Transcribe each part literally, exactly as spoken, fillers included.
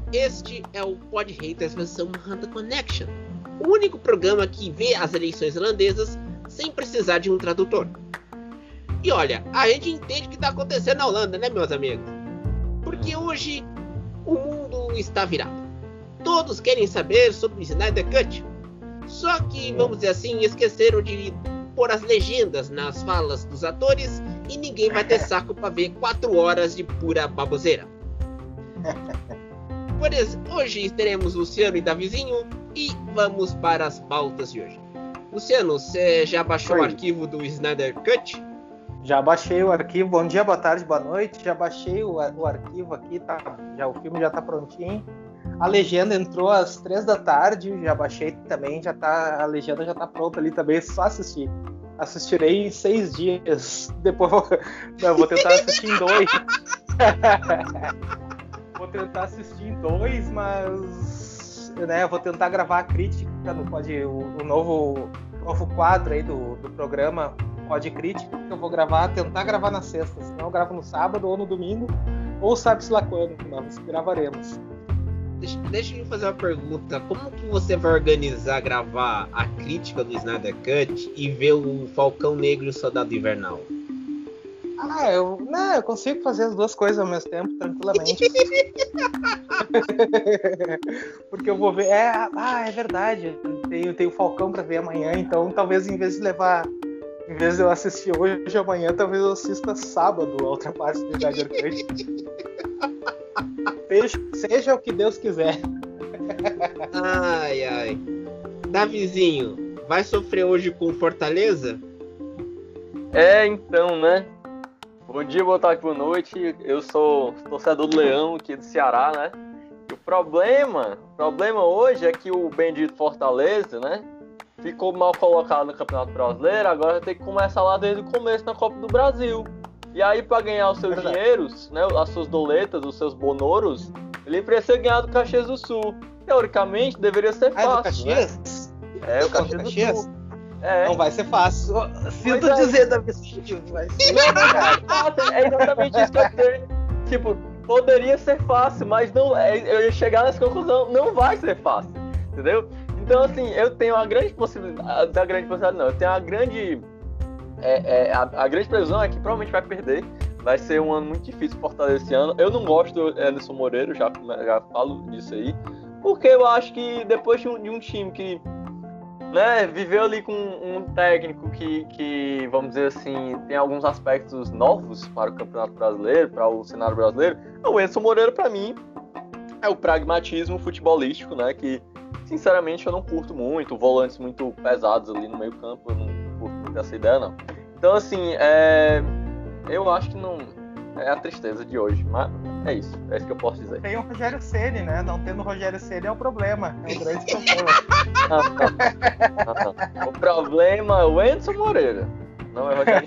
Este é o Pod Haters versão Hunter Connection, o único programa que vê as eleições irlandesas sem precisar de um tradutor. E olha, a gente entende o que está acontecendo na Holanda, né, meus amigos? Porque hoje o mundo está virado. Todos querem saber sobre o Snyder Cut. Só que, vamos dizer assim, esqueceram de pôr as legendas nas falas dos atores e ninguém vai ter saco para ver quatro horas de pura baboseira. Por isso, hoje teremos Luciano e Davizinho e vamos para as pautas de hoje. Luciano, você já baixou Oi. o arquivo do Snyder Cut? Já baixei o arquivo. Bom dia, boa tarde, boa noite. Já baixei o, o arquivo aqui, tá? Já, o filme já tá prontinho. A legenda entrou às três da tarde, já baixei também, já tá, a legenda já tá pronta ali também, é só assistir. Assistirei em seis dias. Depois vou, não, vou tentar assistir em dois. Vou tentar assistir em dois, mas né, vou tentar gravar a crítica no pode, o, o novo, novo quadro aí do, do programa Pod Crítica, que eu vou gravar, tentar gravar na sexta, senão eu gravo no sábado ou no domingo, ou sabe-se lá quando, nós gravaremos. Deixa, deixa eu fazer uma pergunta. Como que você vai organizar gravar a crítica do Snyder Cut e ver o Falcão Negro e o Soldado Invernal? Ah, eu, não, eu consigo fazer as duas coisas ao mesmo tempo, tranquilamente. Porque eu vou ver... É, ah, é verdade. Eu tenho, tenho o Falcão pra ver amanhã, então talvez em vez de levar... Em vez de eu assistir hoje ou amanhã, talvez eu assista sábado a outra parte do Snyder Cut. Seja, seja o que Deus quiser. Ai, ai. Davizinho, vai sofrer hoje com Fortaleza? É, então, né? Bom dia, boa tarde, boa noite. Eu sou torcedor do Leão aqui do Ceará, né? E o problema, o problema hoje é que o bendito Fortaleza, né? Ficou mal colocado no Campeonato Brasileiro, agora vai ter que começar lá desde o começo na Copa do Brasil. E aí, para ganhar os seus Verdade. dinheiros, né, as suas doletas, os seus bonoros, ele precisa ganhar do Caxias do Sul. Teoricamente, deveria ser fácil. Ah, do Caxias? Né? É, o Caxias, Caxias do Sul. É. Não vai ser fácil. Sinto é. dizer, Davi, vai ser. Não, não é fácil. É exatamente isso que eu tenho. Tipo, poderia ser fácil, mas não, eu ia chegar nessa conclusão, não vai ser fácil. Entendeu? Então, assim, eu tenho a grande possibilidade, da grande possibilidade não, eu tenho a grande, é, é, a, a grande previsão é que provavelmente vai perder, vai ser um ano muito difícil para Fortaleza esse ano. Eu não gosto do Anderson Moreira, já, já falo disso aí, porque eu acho que depois de um, de um time que, né, viveu ali com um técnico que, que, vamos dizer assim, tem alguns aspectos novos para o Campeonato Brasileiro, para o cenário brasileiro, o Anderson Moreira, para mim, é o pragmatismo futebolístico, né, que sinceramente eu não curto muito, volantes muito pesados ali no meio campo, eu não curto muito essa ideia não. Então assim, é... eu acho que não é a tristeza de hoje, mas é isso, é isso que eu posso dizer. Tem o Rogério Ceni, né? Não tendo o Rogério Ceni é o problema, é um grande problema. ah, não. Ah, não. O problema é o Anderson Moreira, não é o Rogério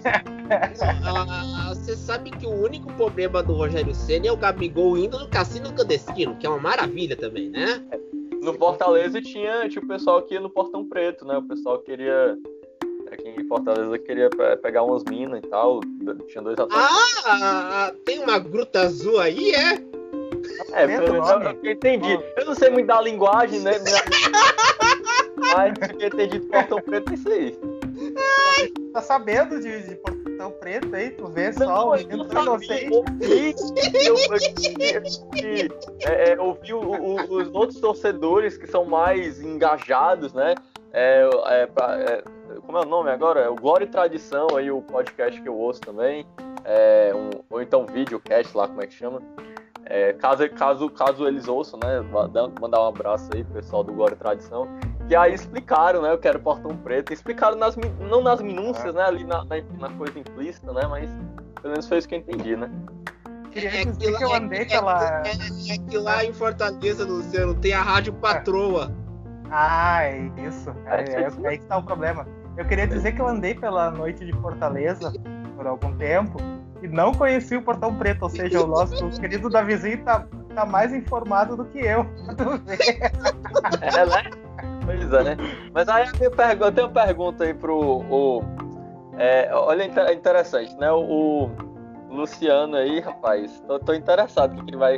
Ceni. Você sabe que o único problema do Rogério Ceni é o Gabigol indo no cassino clandestino, que é uma maravilha também, né? É. No Fortaleza tinha, tinha o pessoal que ia no Portão Preto, né? O pessoal queria... Aqui em Fortaleza queria pegar umas minas e tal. Tinha dois atletas. Ah, tem uma gruta azul aí, é? É, pelo menos eu entendi. Eu não sei muito da linguagem, né? Mas eu tinha entendido Portão Preto é isso aí. Tá sabendo de, de Portão Preto aí? Tu vê só, eu não, eu não sei. Eu ouvi os outros torcedores que são mais engajados, né? É, é, é, como é o nome agora? É o Glória e Tradição, aí, o podcast que eu ouço também. É, um, ou então videocast lá, como é que chama? É, caso, caso, caso eles ouçam, né? Mandar um abraço aí pro pessoal do Glória e Tradição. Que aí explicaram, né? Eu quero Portão Preto. Explicaram nas, não nas minúcias, né? Ali na, na, na coisa implícita, né? Mas pelo menos foi isso que eu entendi, né? Queria dizer é que, que eu andei é, pela... É, é, é que lá em Fortaleza, Luciano, tem a Rádio Patroa. Ah, é isso. É, é, é aí que tá o problema. Eu queria dizer que eu andei pela noite de Fortaleza por algum tempo e não conheci o Portão Preto, ou seja, o nosso querido Davizinho tá, tá mais informado do que eu. É, né? Pois é, né? Mas aí eu tenho, eu tenho uma pergunta aí pro... O, é, olha, é interessante, né? O, o Luciano aí, rapaz, tô, tô interessado o que, que ele vai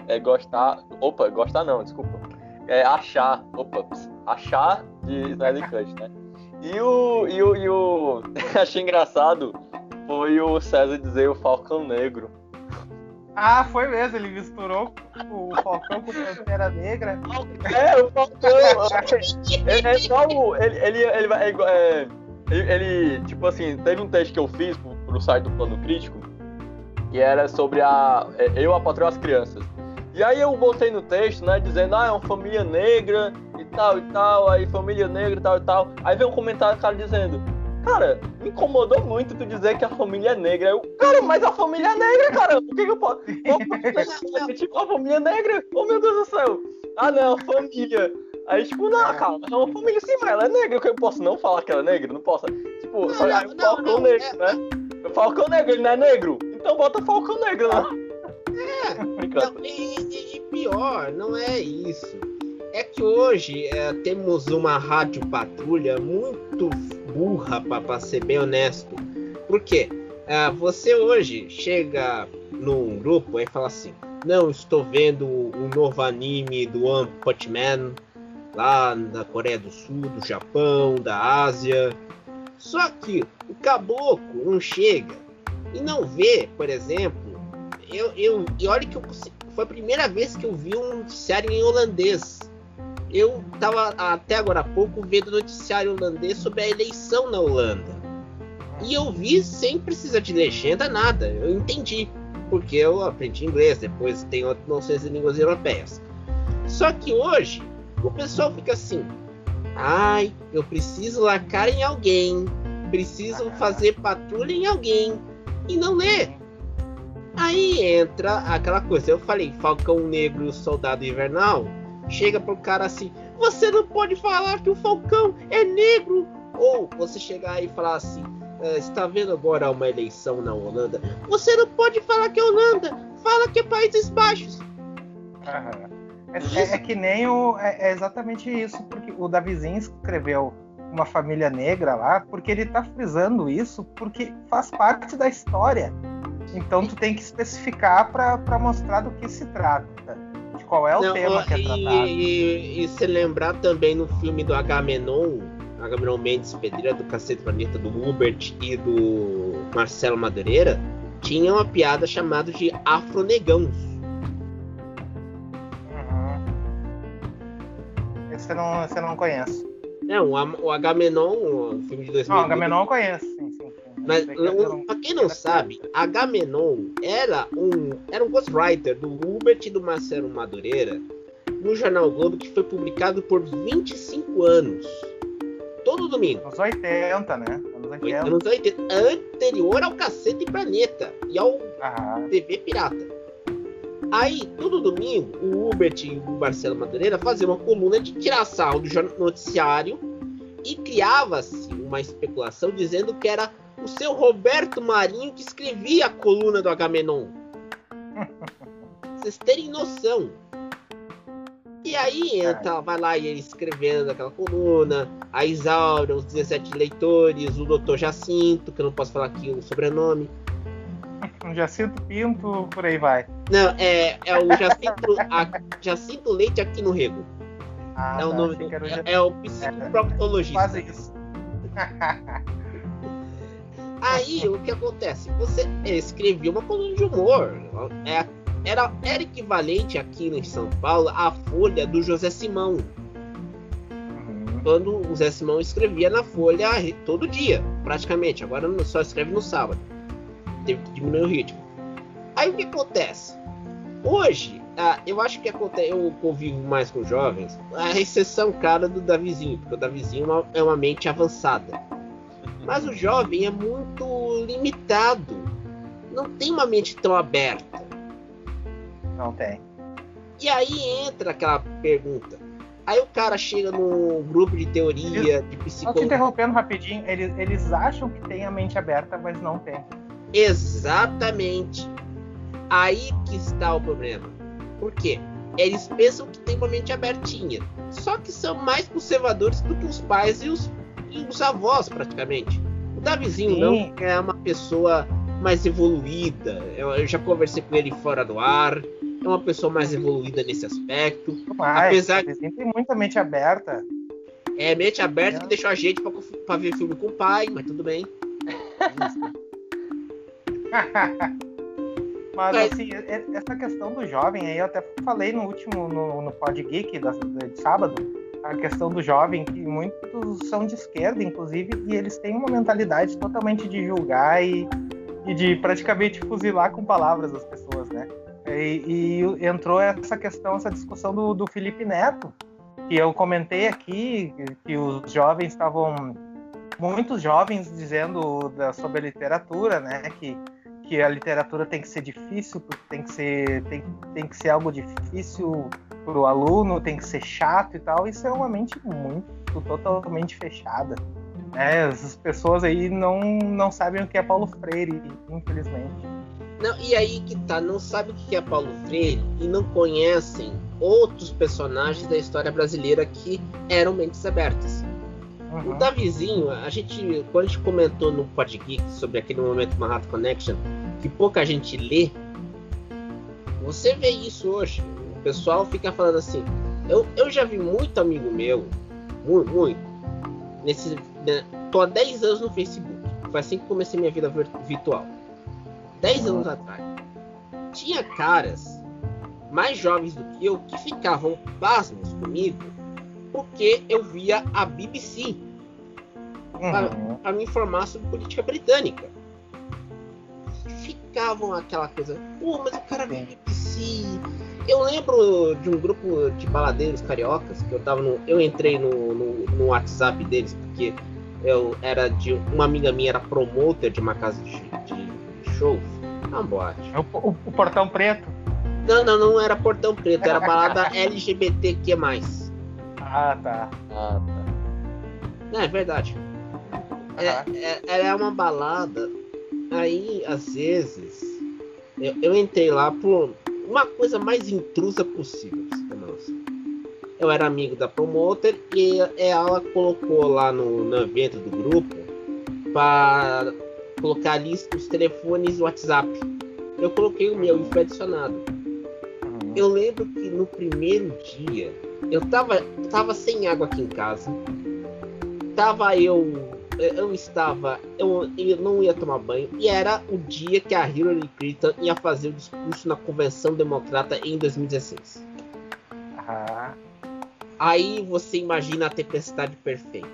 é gostar... Opa, gostar não, desculpa. É achar... Opa, achar de Snyder Cut, né? E o... E o, e o... achei engraçado foi o César dizer o Falcão Negro. Ah, foi mesmo, ele misturou o Falcão com o Pantera Negra. É, o Falcão. é, é igual o. Ele, ele, ele, é igual, é, ele, ele, tipo assim, teve um teste que eu fiz pro, pro site do Plano Crítico, que era sobre a. Eu, a Patroa e as Crianças. E aí eu botei no texto, né, dizendo, ah, é uma família negra e tal e tal, aí família negra e tal e tal. Aí veio um comentário do cara dizendo. Cara, me incomodou muito tu dizer que a família é negra. Eu, cara, mas a família é negra, cara. O que que eu posso... Tipo, a família negra? Oh, meu Deus do céu. Ah, não, a família. Aí, tipo, não, cara, é uma família sim, mas ela é negra. Eu posso não falar que ela é negra? Não posso. Tipo, não, só não, aí o não, Falcão não, Negro, é, né? O Falcão Negro, ele não é negro? Então bota Falcão Negro, né? É, não, e, e, e pior, não é isso. É que hoje é, temos uma rádio patrulha muito burra, para ser bem honesto. Por quê? É, você hoje chega num grupo e fala assim: não, estou vendo um novo anime do One Punch Man lá da Coreia do Sul, do Japão, da Ásia. Só que o caboclo não chega e não vê, por exemplo, eu, eu, e olha que eu, foi a primeira vez que eu vi um noticiário em holandês. Eu estava até agora há pouco vendo noticiário holandês sobre a eleição na Holanda. E eu vi sem precisar de legenda, nada. Eu entendi, porque eu aprendi inglês, depois tenho noções de línguas europeias. Só que hoje, o pessoal fica assim: ai, eu preciso lacar em alguém, preciso fazer patrulha em alguém, e não lê. Aí entra aquela coisa, eu falei, Falcão Negro e o Soldado Invernal. Chega pro cara assim: você não pode falar que o Falcão é negro. Ou você chegar e falar assim: está vendo agora uma eleição na Holanda? Você não pode falar que é Holanda. Fala que é Países Baixos. Uhum. É, é, é que nem o... É, é exatamente isso. Porque o Davizinho escreveu uma família negra lá, porque ele tá frisando isso, porque faz parte da história. Então tu tem que especificar para mostrar do que se trata. Qual é o Não, tema que é tratado. E, e, e se lembrar também no filme do Agamenon, Agamenon Mendes Pedreira, do Cacete Planeta, do Hubert e do Marcelo Madureira, tinha uma piada chamada de Afronegãos. Uhum. Esse eu não, esse eu não conheço. Não, o, o Agamenon, o filme de dois mil e dois. Não, o Agamenon eu conheço, sim, sim. Mas, um, pra quem não sabe, Agamenon era um, era um ghostwriter do Hubert e do Marcelo Madureira no Jornal Globo, que foi publicado por vinte e cinco anos. Todo domingo. Anos oitenta, né? Anos oitenta. Anos oitenta. Anterior ao Cacete Planeta e ao ah. T V Pirata. Aí, todo domingo, o Hubert e o Marcelo Madureira faziam uma coluna de tirar sarro do noticiário e criava-se uma especulação dizendo que era o seu Roberto Marinho que escrevia a coluna do Agamenon. Vocês terem noção. E aí entra, vai lá e ele escrevendo aquela coluna, a Isaura, os dezessete leitores, o doutor Jacinto, que eu não posso falar aqui o sobrenome. Jacinto Pinto, por aí vai. Não, é, é o Jacinto, a, Jacinto Leite aqui no Rego. Ah, é o nome do, é, é o psicoproctologista. Quase isso. Aí o que acontece? Você escrevia uma coluna de humor. É, era, era equivalente aqui em São Paulo à Folha do José Simão. Uhum. Quando o José Simão escrevia na Folha todo dia, praticamente. Agora só escreve no sábado. Teve que diminuir o ritmo. Aí o que acontece? Hoje, ah, eu acho que acontece, eu convivo mais com jovens, a exceção cara do Davizinho, porque o Davizinho é uma, é uma mente avançada. Mas o jovem é muito limitado. Não tem uma mente tão aberta. Não tem. E aí entra aquela pergunta. Aí o cara chega num grupo de teoria, de psicologia. Só te interrompendo rapidinho, eles, eles acham que tem a mente aberta, mas não tem. Exatamente. Aí que está o problema. Por quê? Eles pensam que tem uma mente abertinha. Só que são mais conservadores do que os pais e os e os avós, praticamente. O Davizinho Sim. não é uma pessoa mais evoluída. Eu, eu já conversei com ele fora do ar. é uma pessoa mais evoluída nesse aspecto. Mas, Apesar que tem muita mente aberta. É mente aberta que deixou a gente pra, pra ver filme com o pai, mas tudo bem. Mas, mas assim, essa questão do jovem aí, eu até falei no último, no, no Pod Geek da, de sábado, a questão do jovem, que muitos são de esquerda, inclusive, e eles têm uma mentalidade totalmente de julgar e, e de praticamente fuzilar com palavras as pessoas, né? E, e entrou essa questão, essa discussão do, do Felipe Neto, que eu comentei aqui, que, que os jovens estavam, muitos jovens dizendo da, sobre a literatura, né? Que que a literatura tem que ser difícil, tem que ser, tem, tem que ser algo difícil para o aluno, tem que ser chato e tal. Isso é uma mente muito, totalmente fechada. É, essas pessoas aí não, não sabem o que é Paulo Freire, infelizmente. Não, e aí que tá, não sabe o que é Paulo Freire e não conhecem outros personagens da história brasileira que eram mentes abertas. Uhum. O Davizinho, a gente, quando a gente comentou no Pod Geek sobre aquele momento Manhattan Connection, que pouca gente lê, você vê isso hoje. O pessoal fica falando assim. Eu, eu já vi muito amigo meu, muito, muito, nesse, né, tô há dez anos no Facebook. Foi assim que comecei minha vida virtual. dez uhum. anos atrás. Tinha caras mais jovens do que eu que ficavam pasmos comigo porque eu via a B B C uhum. para me informar sobre política britânica. Ficavam aquela coisa, pô, mas o cara vê B B C. Eu lembro de um grupo de baladeiros cariocas que eu tava no, eu entrei no, no, no WhatsApp deles porque eu era de uma amiga minha era promoter de uma casa de, de shows, uma boate. O, o, o Portão Preto? Não, não, não era Portão Preto, era balada L G B T Q mais. Ah, tá. Ah, tá. Não, é verdade. É, é, ela é uma balada. Aí, às vezes, eu, eu entrei lá por uma coisa mais intrusa possível. Eu era amigo da promoter e ela colocou lá no, no evento do grupo para colocar a lista dos telefones do WhatsApp. Eu coloquei o meu e foi adicionado. Eu lembro que no primeiro dia eu tava, eu tava sem água aqui em casa. Tava eu. Eu estava. Eu, eu não ia tomar banho. E era o dia que a Hillary Clinton ia fazer o discurso na Convenção Democrata em dois mil e dezesseis. Ah. Aí você imagina a tempestade perfeita.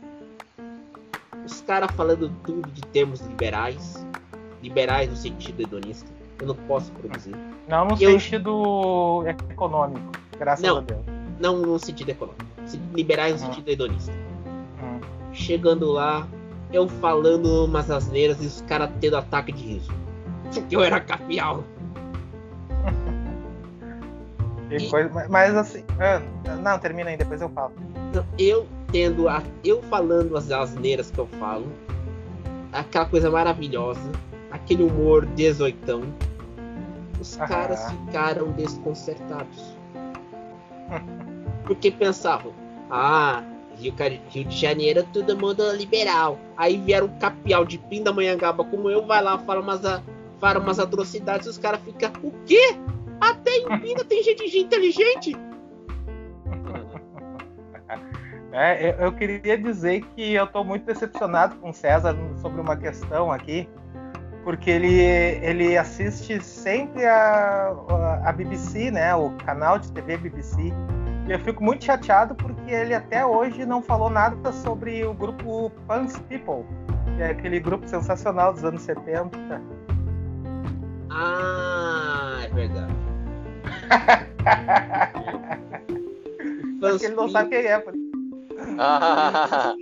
Os caras falando tudo de termos liberais. Liberais no sentido hedonista. Eu não posso produzir. Não no eu... sentido econômico, graças não, a Deus. Não no sentido econômico. Liberais no uhum. sentido hedonista. Uhum. Chegando lá, eu falando umas asneiras e os caras tendo ataque de riso. Porque eu era capial. e... coisa... Mas assim... Não, termina aí, depois eu falo. Eu tendo... A... Eu falando as asneiras que eu falo. Aquela coisa maravilhosa. Aquele humor dezoitão. Os ah. caras ficaram desconcertados. Porque pensavam, ah, Rio, Rio de Janeiro todo mundo liberal. Aí vieram um capial de Pindamonhangaba como eu, vai lá, fala umas, fala umas atrocidades e os caras ficam, o quê? Até em Pinda tem gente, gente inteligente? É, eu, eu queria dizer que eu tô muito decepcionado com o César sobre uma questão aqui. Porque ele, ele assiste sempre a, a B B C, né? O canal de T V B B C. E eu fico muito chateado porque ele até hoje não falou nada sobre o grupo Fans People, que é aquele grupo sensacional dos anos setenta. Ah, é verdade. Porque ele não sabe quem é. Por... Ah.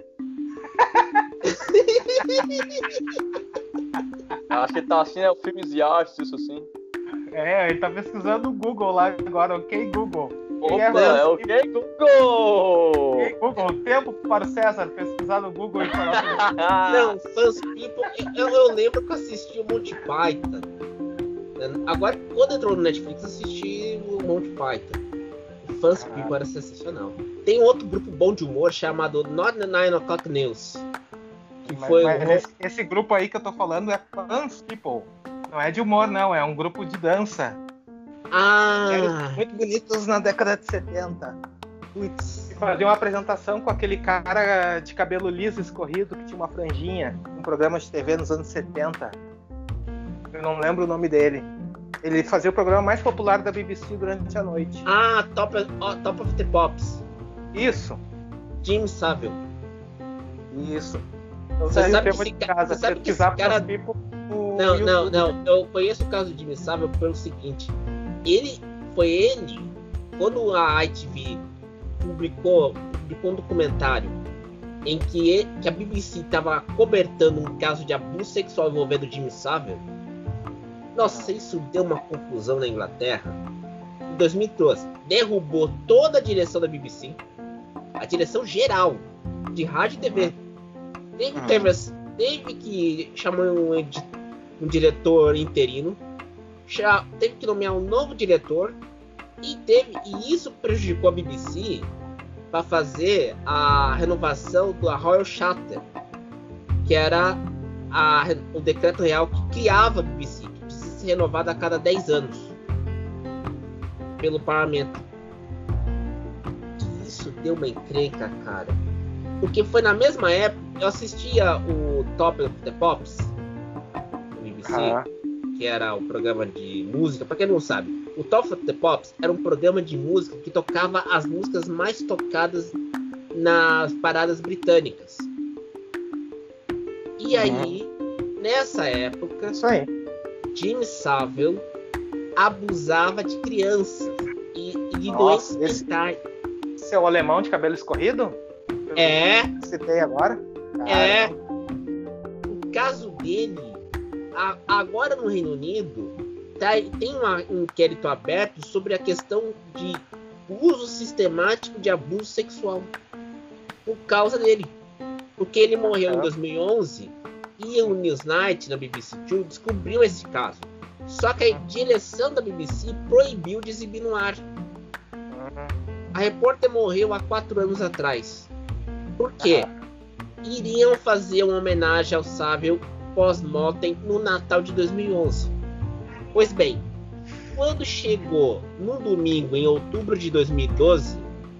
Acho que ele tá assim, é o Filmes e Artes, isso assim. É, ele tá pesquisando no Google lá agora, ok Google. Opa, é, é ok Google! Ok Google, tempo para o César pesquisar no Google e falar. Não, Fans People, eu, eu lembro que eu assisti o Monty Python. Agora, quando entrou no Netflix, assisti o Monty Python. O Fans ah. People era sensacional. Tem outro grupo bom de humor chamado Not the Nine O'Clock News. Que mas, foi mas um... esse, esse grupo aí que eu tô falando é Fans People. Não é de humor, não. É um grupo de dança. Ah! Séries muito bonitas na década de setenta. Putz, fazia uma apresentação com aquele cara de cabelo liso escorrido que tinha uma franjinha, um programa de T V nos anos setenta. Eu não lembro o nome dele. Ele fazia o programa mais popular da B B C durante a noite. Ah, Top, oh, Top of the Pops. Isso. Jimmy Savile. Isso. Você sabe que esse, casa, você sabe que esse cara... Não, não, não. Eu conheço o caso de Jimmy Savile pelo seguinte. Ele, foi ele, quando a I T V publicou, publicou um documentário em que, ele, que a B B C estava cobertando um caso de abuso sexual envolvendo Jimmy Savile. Nossa, isso deu uma confusão na Inglaterra. Em dois mil e doze, derrubou toda a direção da B B C, a direção geral de rádio e T V. Teve, teve, teve que chamar um, um diretor interino, já, teve que nomear um novo diretor, e, teve, e isso prejudicou a B B C para fazer a renovação da Royal Charter, que era a, o decreto real que criava a B B C, que precisa ser renovada a cada dez anos pelo parlamento. E isso deu uma encrenca, cara. Porque foi na mesma época, eu assistia o Top of the Pops do B B C, ah. que era o programa de música. Pra quem não sabe, o Top of the Pops era um programa de música que tocava as músicas mais tocadas nas paradas britânicas. E uhum. aí, nessa época, Isso aí. Jimmy Savile abusava de crianças e, e de doenças mentais. Esse é o alemão de cabelo escorrido? É. Citei agora? É. O caso dele, a, agora no Reino Unido, tá, tem uma, um inquérito aberto sobre a questão de uso sistemático de abuso sexual por causa dele. Porque ele morreu é. em dois mil e onze e o Newsnight na B B C dois descobriu esse caso. Só que a direção da B B C proibiu de exibir no ar. A repórter morreu há quatro anos atrás. Por quê? Iriam fazer uma homenagem ao Savile pós-mortem no Natal de dois mil e onze. Pois bem, quando chegou no domingo, em outubro de dois mil e doze,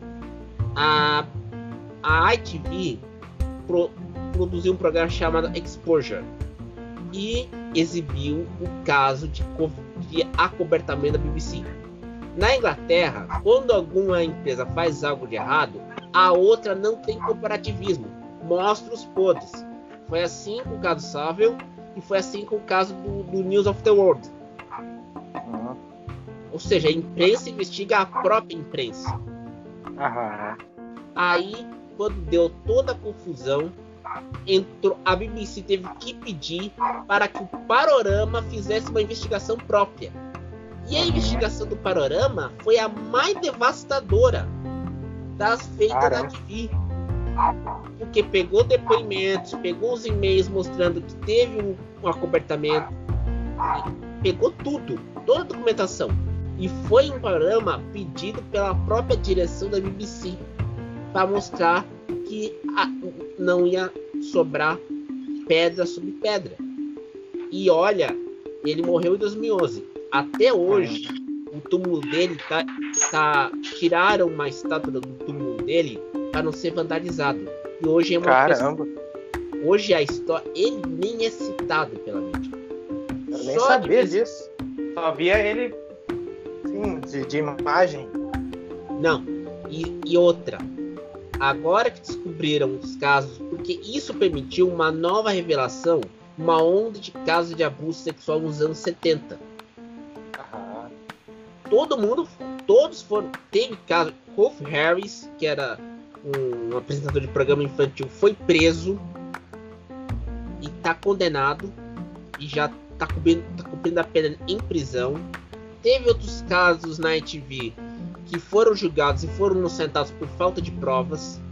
a, a I T V pro, produziu um programa chamado Exposure e exibiu o caso de, de acobertamento da B B C. Na Inglaterra, quando alguma empresa faz algo de errado, a outra não tem comparativismo, mostra os podres. Foi assim com o caso Savile e foi assim com o caso do, do News of the World. Uhum. Ou seja, a imprensa investiga a própria imprensa. Uhum. Aí, quando deu toda a confusão, entrou, a B B C teve que pedir para que o Panorama fizesse uma investigação própria. E a investigação do Panorama foi a mais devastadora das feitas Caramba. na T V. Porque pegou depoimentos, pegou os e-mails mostrando que teve um, um acobertamento, pegou tudo, toda a documentação. E foi um Panorama pedido pela própria direção da B B C para mostrar que a, não ia sobrar pedra sobre pedra. E olha, ele morreu em dois mil e onze. Até hoje, o túmulo dele tá, tá tiraram uma estátua do túmulo dele para não ser vandalizado. E hoje é uma Caramba. Coisa, hoje a história, ele nem é citado pela mídia. Eu nem Só sabia de... disso. Só via ele, sim, de, de imagem. Não. E, e outra. Agora que descobriram os casos, porque isso permitiu uma nova revelação, uma onda de casos de abuso sexual nos anos setenta. Todo mundo, todos foram. Teve caso. Rolf Harris, que era um, um apresentador de programa infantil, foi preso e está condenado e já está cumprindo, tá cumprindo a pena em prisão. Teve outros casos na I T V que foram julgados e foram inocentados por falta de provas.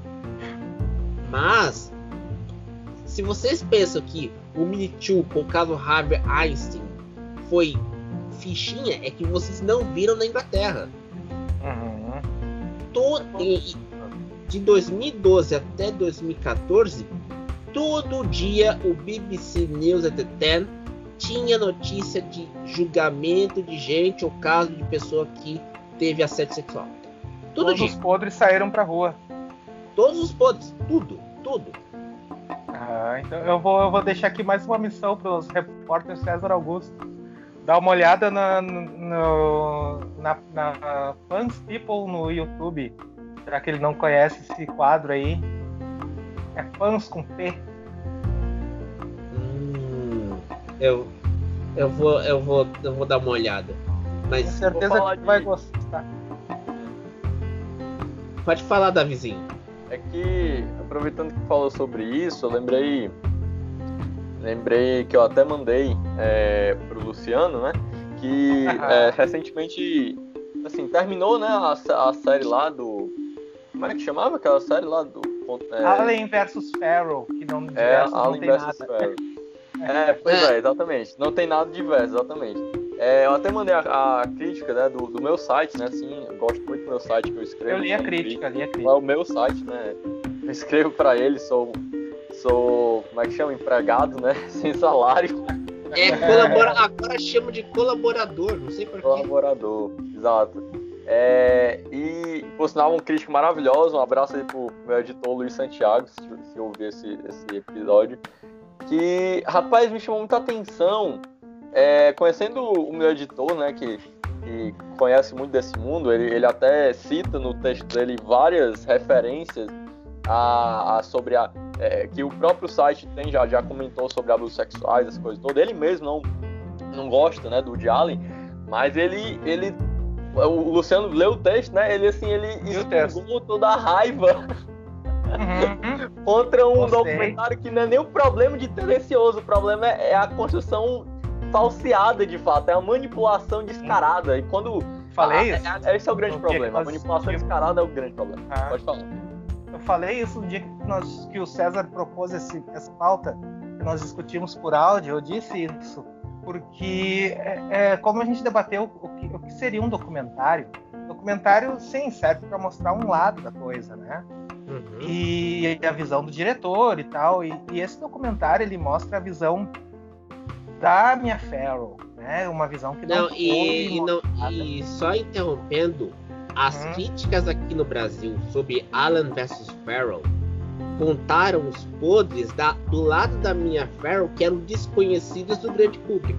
Mas, se vocês pensam que o Me Too com o caso Harvey Weinstein foi fichinha, é que vocês não viram na Inglaterra. Uhum. Todo, de dois mil e doze até dois mil e quatorze, todo dia o B B C News at the ten tinha notícia de julgamento de gente ou caso de pessoa que teve assédio sexual. Tudo Todos dia. os podres saíram pra rua. Todos os podres, tudo, tudo. Ah, então eu vou, eu vou deixar aqui mais uma missão para os repórteres César Augusto. Dá uma olhada na, no, na, na Fans People no YouTube. Será que ele não conhece esse quadro aí? É Fans com P. Hum, eu, eu, vou, eu, vou, eu vou dar uma olhada. Mas Tenho certeza que de... vai gostar. Pode falar, Davizinho. É que, aproveitando que falou sobre isso, eu lembrei lembrei que eu até mandei é, pro Luciano, né, que é, recentemente, assim, terminou, né, a, a série lá do... Como é que chamava aquela série lá do... É, Alien versus Pharaoh, que não, é, versus, Alien não tem versus nada. Pharaoh. É, pois é, exatamente. Não tem nada de verso, exatamente. É, eu até mandei a, a crítica, né, do, do meu site, né, assim, eu gosto muito do meu site que eu escrevo. Eu li a crítica, li a crítica. É o meu site, né, eu escrevo pra ele, sou, sou, como é que chama, empregado, né, sem salário. É, colabora... agora chamo de colaborador, não sei porquê. Colaborador, exato. É, e, por sinal, uma crítica maravilhosa, um abraço aí pro meu editor Luiz Santiago, se, se ouvir esse, esse episódio, que, rapaz, me chamou muita atenção. É, conhecendo o meu editor, né, que, que conhece muito desse mundo, ele, ele até cita no texto dele várias referências a, a, sobre a... É, que o próprio site tem, já, já comentou sobre abusos sexuais, as coisas todas. Ele mesmo não, não gosta, né, do Woody Allen, mas ele... ele o Luciano leu o texto, né, ele, assim, ele explicou toda a raiva uhum. contra um Gostei. documentário que não é nem o problema de tendencioso, o problema é, é a construção falseada, de fato, é a manipulação descarada. E quando... Falei ah, isso? É, esse é o grande problema. A manipulação descarada é o grande problema. Ah. Pode falar. Eu falei isso no dia que, nós, que o César propôs esse, essa pauta, que nós discutimos por áudio. Eu disse isso porque, é, é, como a gente debateu o que, o que seria um documentário, documentário, sim, serve para mostrar um lado da coisa, né? Uhum. E a visão do diretor e tal. E, e esse documentário, ele mostra a visão da Mia Farrow, né? Uma visão que não, não e, e não e só interrompendo, as hum. críticas aqui no Brasil sobre Alien versus Farrow contaram os podres da, do lado da Mia Farrow que eram desconhecidos do grande público.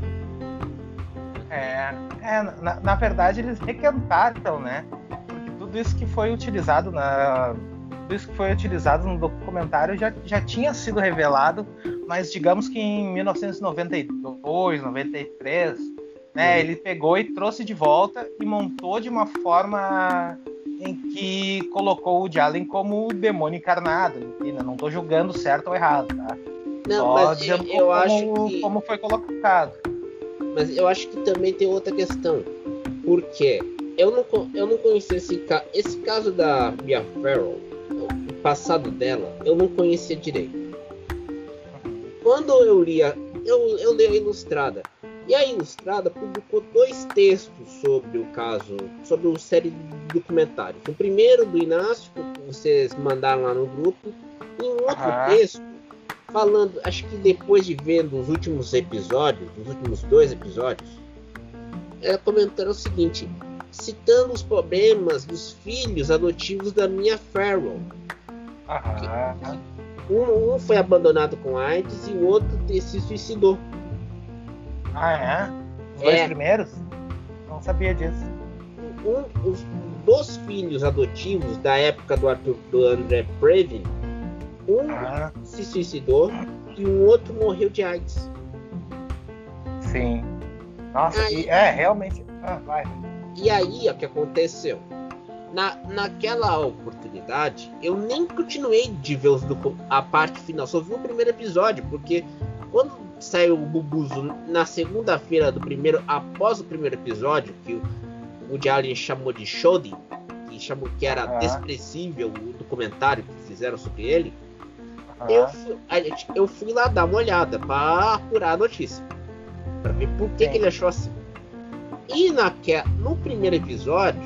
É, é na, na verdade eles requentaram, né? Porque tudo isso que foi utilizado na tudo isso que foi utilizado no documentário já, já tinha sido revelado, mas digamos que em mil novecentos e noventa e dois, noventa e três, né, ele pegou e trouxe de volta e montou de uma forma em que colocou o Woody Allen como o demônio encarnado. E não estou julgando certo ou errado, tá? Não, Só mas dizendo eu, eu como, acho que... como foi colocado. Mas eu acho que também tem outra questão. Porque eu não, eu não conhecia esse caso. Esse caso da Mia Farrow, o passado dela, eu não conhecia direito. Quando eu lia, eu, eu li a Ilustrada. E a Ilustrada publicou dois textos sobre o caso, sobre uma série de documentários. O primeiro do Inácio, que vocês mandaram lá no grupo, e um outro ah. texto falando, acho que depois de vendo os últimos episódios, os últimos dois episódios, ela comentando o seguinte, citando os problemas dos filhos adotivos da Mia Farrow. Ah. Um, um foi abandonado com AIDS e o outro se suicidou. Ah, é? Os dois é. primeiros? Não sabia disso. Um, os dos filhos adotivos da época do, Arthur, do André Previn, um ah. se suicidou e um outro morreu de AIDS. Sim. Nossa, aí, e, é, realmente... Ah, vai. E aí, o que aconteceu? Na, naquela oportunidade, eu nem continuei de ver os, a parte final, só vi o primeiro episódio, porque quando saiu o Bubuzu na segunda-feira do primeiro, após o primeiro episódio, que o Woody Allen chamou de Shoddy, que chamou que era uhum. desprezível o documentário que fizeram sobre ele, uhum. eu, fui, eu fui lá dar uma olhada para apurar a notícia, para ver por que, que ele achou assim. E naque, no primeiro episódio,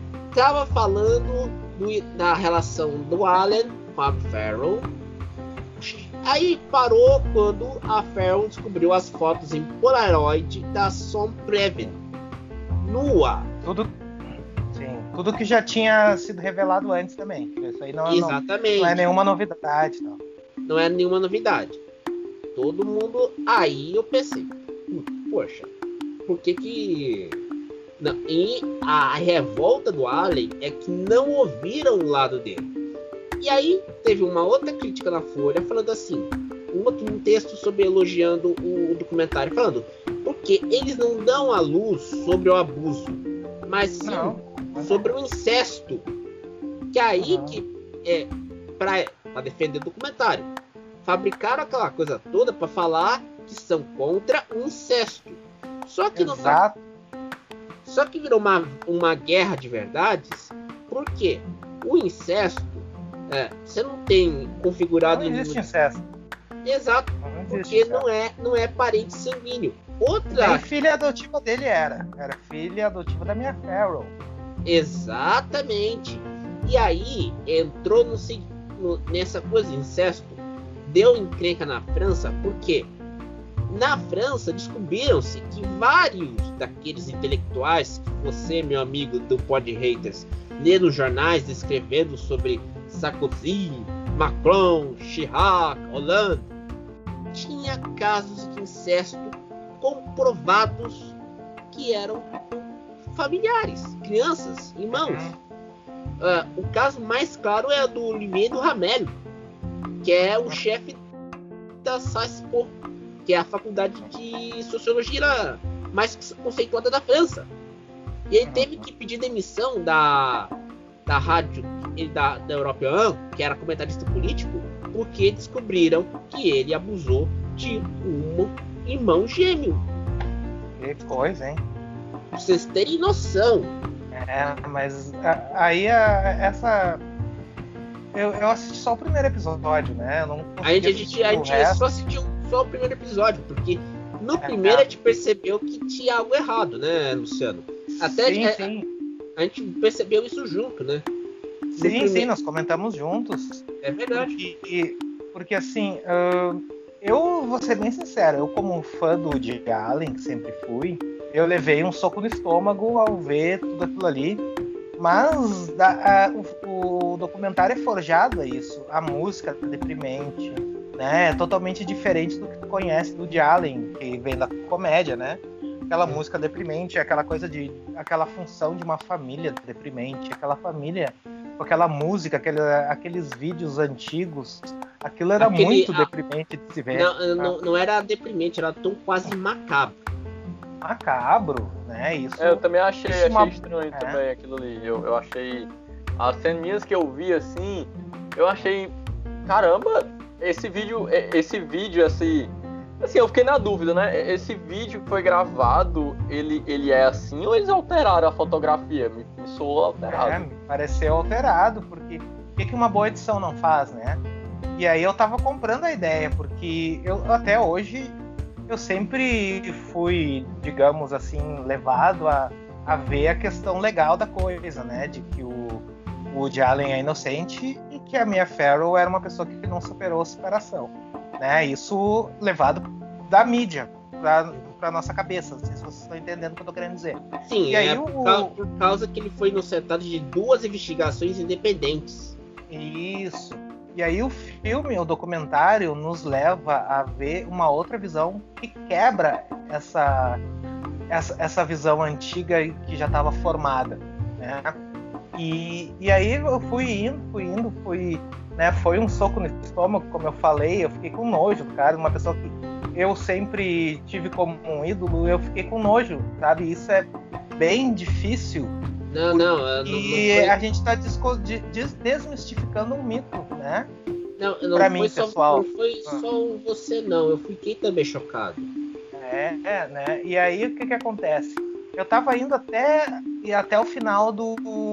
tava falando do, da relação do Allen com a Farrow Aí parou quando a Farrow descobriu as fotos em Polaroid da Som Previn, nua. Tudo, sim, tudo que já tinha sido revelado antes também. Isso aí não, Exatamente. Não, não é nenhuma novidade. Não. não é nenhuma novidade. Todo mundo... Aí eu pensei, poxa, por que que... Não, e a revolta do Allen é que não ouviram o lado dele. E aí teve uma outra crítica na Folha falando assim, um outro texto sobre elogiando o documentário, falando porque eles não dão a luz sobre o abuso, mas sim não. sobre o incesto. Que aí Uhum. que é para defender o documentário. Fabricaram aquela coisa toda para falar que são contra o incesto. Só que Exato. não, só que virou uma, uma guerra de verdades, porque o incesto é, você não tem configurado Não existe em... incesto. Exato, Não existe porque incesto. não é, não é parente sanguíneo. Outra. Nem filha adotiva dele era. Era filha adotiva da minha Farrow. Exatamente. E aí entrou no, no, nessa coisa de incesto, deu encrenca na França, porque na França descobriram-se que vários daqueles intelectuais que você, meu amigo do Pod Haters, lê nos jornais escrevendo sobre Sarkozy, Macron, Chirac, Hollande, tinha casos de incesto comprovados que eram familiares, crianças, irmãos. Uhum. Uh, o caso mais claro é o do Olivier Duhamel, que é o chefe da Sciences Po, que é a faculdade de sociologia mais conceituada da França. E ele teve que pedir demissão da, da rádio da, da European, que era comentarista político, porque descobriram que ele abusou de um irmão gêmeo. Que coisa, hein? Pra vocês terem noção. É, mas a, aí a, essa... Eu, eu assisti só o primeiro episódio, né? Eu não a gente, a gente, a gente só assistiu só o primeiro episódio, porque no é, primeiro a gente percebeu que tinha algo errado, né, Luciano? Até sim, a, sim. A, a gente percebeu isso junto, né? No sim, primeiro... sim, nós comentamos juntos. É verdade. Porque, porque assim, uh, eu vou ser bem sincero, eu como fã do Woody Allen, que sempre fui, eu levei um soco no estômago ao ver tudo aquilo ali. Mas a, a, o, o documentário é forjado a isso. A música é deprimente, né? É totalmente diferente do que tu conhece do Woody Allen, que vem da comédia, né? Aquela música deprimente, aquela coisa de... aquela função de uma família deprimente, aquela família com aquela música, aquele, aqueles vídeos antigos. Aquilo era aquele, muito a, deprimente de se ver. Não, não, não era deprimente, era tão quase macabro. Macabro, né? Isso, é, eu também achei, achei uma... estranho é. também aquilo ali. Eu, eu achei. As ceninhas que eu vi assim, eu achei. Caramba, esse vídeo, esse vídeo, assim. Assim, eu fiquei na dúvida, né? Esse vídeo que foi gravado, ele, ele é assim ou eles alteraram a fotografia? Me, me soou alterado. É, me pareceu alterado, porque o que, que uma boa edição não faz, né? E aí eu tava comprando a ideia, porque eu até hoje. Eu sempre fui, digamos assim, levado a, a ver a questão legal da coisa, né? De que o, o Woody Allen é inocente e que a Mia Farrow era uma pessoa que não superou a separação, né? Isso levado da mídia para para nossa cabeça. Não sei se vocês estão entendendo o que eu tô querendo dizer. Sim, e aí é o... por, causa, por causa que ele foi inocentado de duas investigações independentes. Isso. E aí o filme, o documentário, nos leva a ver uma outra visão que quebra essa, essa, essa visão antiga que já estava formada, né? E, e aí eu fui indo, fui indo, fui... Né, foi um soco no estômago, como eu falei, eu fiquei com nojo do cara, uma pessoa que eu sempre tive como um ídolo, eu fiquei com nojo, sabe? Isso é bem difícil. Não, não, e não foi... a gente está desmistificando um mito, né? Não, não pra foi mim, só, pessoal. Não foi ah. só você, não. Eu fiquei também chocado. É, é, né? E aí o que que acontece? Eu tava indo até, até o final do,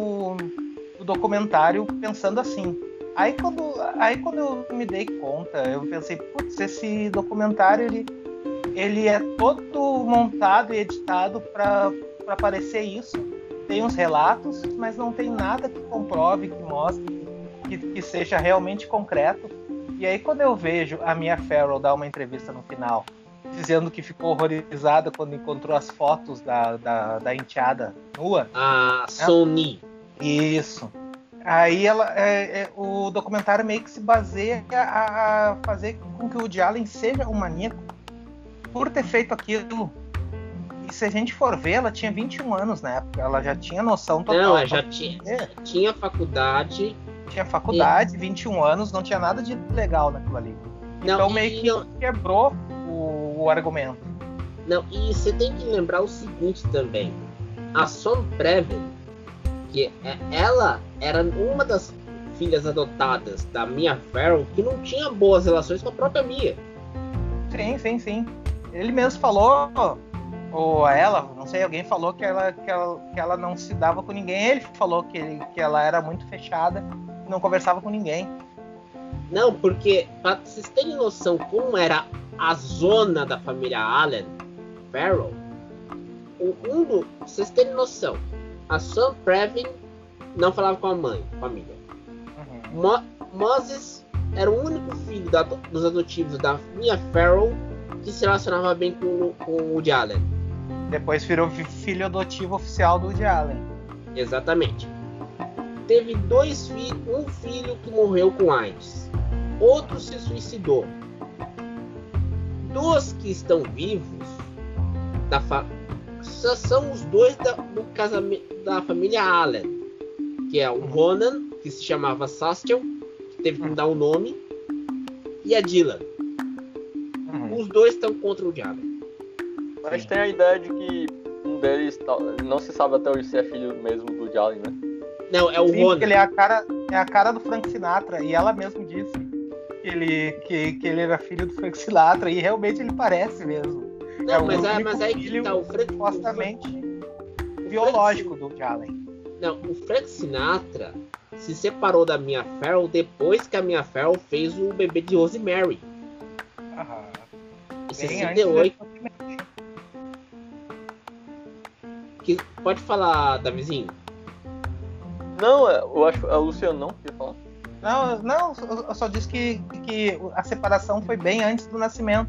do documentário pensando assim. Aí quando, aí quando eu me dei conta, eu pensei, putz, esse documentário ele, ele é todo montado e editado para parecer isso. Tem uns relatos, mas não tem nada que comprove, que mostre, que, que seja realmente concreto. E aí quando eu vejo a Mia Farrow dar uma entrevista no final, dizendo que ficou horrorizada quando encontrou as fotos da, da, da enteada nua. A Sony. Isso. Aí ela, é, é, o documentário meio que se baseia a, a fazer com que o Woody Allen seja um maníaco por ter feito aquilo. E se a gente for ver, ela tinha vinte e um anos na época, ela já tinha noção total. Não, ela já tinha, tinha faculdade. Tinha faculdade, e... vinte e um anos, não tinha nada de legal naquilo ali. Não, então meio que não... quebrou o, o argumento. Não, e você tem que lembrar o seguinte também. A Son Previn, que ela era uma das filhas adotadas da Mia Farrow, que não tinha boas relações com a própria Mia. Sim, sim, sim. Ele mesmo falou, ou ela, não sei, alguém falou que ela, que ela, que ela não se dava com ninguém. Ele falou que, ele, que ela era muito fechada, não conversava com ninguém. Não, porque, pra vocês terem noção como era a zona da família Allen Farrow, o mundo, pra vocês terem noção, a Son Previn não falava com a mãe, família. Uhum. Mo- Moses era o único filho da, dos adotivos da Mia Farrow que se relacionava bem com, com o Woody Allen. Depois virou filho adotivo oficial do Woody Allen. Exatamente. Teve dois filhos, um filho que morreu com AIDS, outro se suicidou. Dos que estão vivos da fa- só são os dois da, do casamento da família Allen, que é o Ronan, que se chamava Sastiel, que teve que mudar o nome, e a Dylan. Uhum. Os dois estão contra o Woody Allen. Mas tem a ideia de que um deles não se sabe até hoje se é filho mesmo do Woody Allen, né? Não, é o Sim, Ronan. Porque ele é a cara, é a cara do Frank Sinatra, e ela mesmo disse que ele, que, que ele era filho do Frank Sinatra, e realmente ele parece mesmo. Não, é mas, é, mas aí que tá o Frank... supostamente o biológico Frank, do Woody Allen. Não, o Frank Sinatra se separou da Mia Farrow depois que a Mia Farrow fez o bebê de Rosemary. Aham. Em sessenta e oito. Que, pode falar, Davizinho? Não, eu acho é o Luciano não que ia falar. Não, não, eu só disse que, que a separação foi bem antes do nascimento.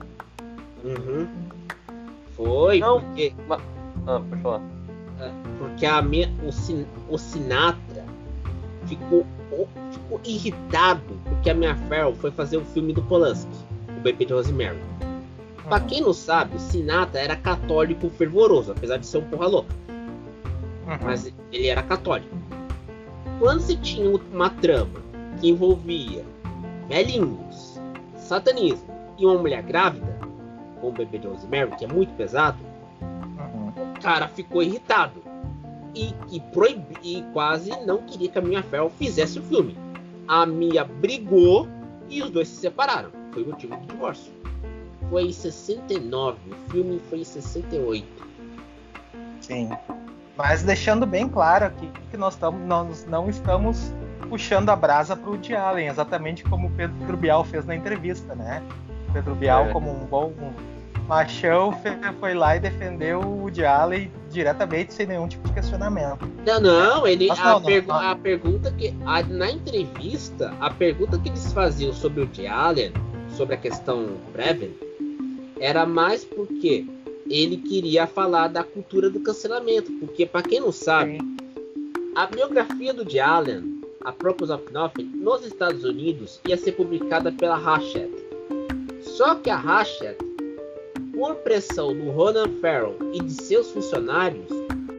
Uhum. Foi, não, porque... Mas... Ah, pode falar. Porque a minha, o, Sin, o Sinatra ficou, ficou irritado porque a Mia Farrow foi fazer o filme do Polanski, o bebê de Rosemary. Uhum. Pra quem não sabe, o Sinatra era católico fervoroso, apesar de ser um porra louca. Uhum. Mas ele era católico. Quando se tinha uma trama que envolvia velhinhos, satanismo e uma mulher grávida, com o bebê de Rosemary, que é muito pesado, uhum. o cara ficou irritado e, e, proibi, e quase não queria que a Mia Farrow fizesse o filme. A Mia brigou e os dois se separaram. Foi o motivo do divórcio. Foi em sessenta e nove, o filme foi em sessenta e oito. Sim. Mas deixando bem claro aqui que nós, tamo, nós não estamos puxando a brasa para o Woody Allen, exatamente como o Pedro Bial fez na entrevista, né? O Pedro Bial, é. como um bom machão, foi lá e defendeu o Woody Allen diretamente, sem nenhum tipo de questionamento. Não, não, ele, Mas, a, não, pergu- não, não. a pergunta que... A, na entrevista, a pergunta que eles faziam sobre o Woody Allen, sobre a questão Previn, era mais porque ele queria falar da cultura do cancelamento, porque para quem não sabe, Sim. a biografia do Woody Allen, A Purpose of Nothing, nos Estados Unidos ia ser publicada pela Hachette. Só que a Hachette, por pressão do Ronan Farrow e de seus funcionários,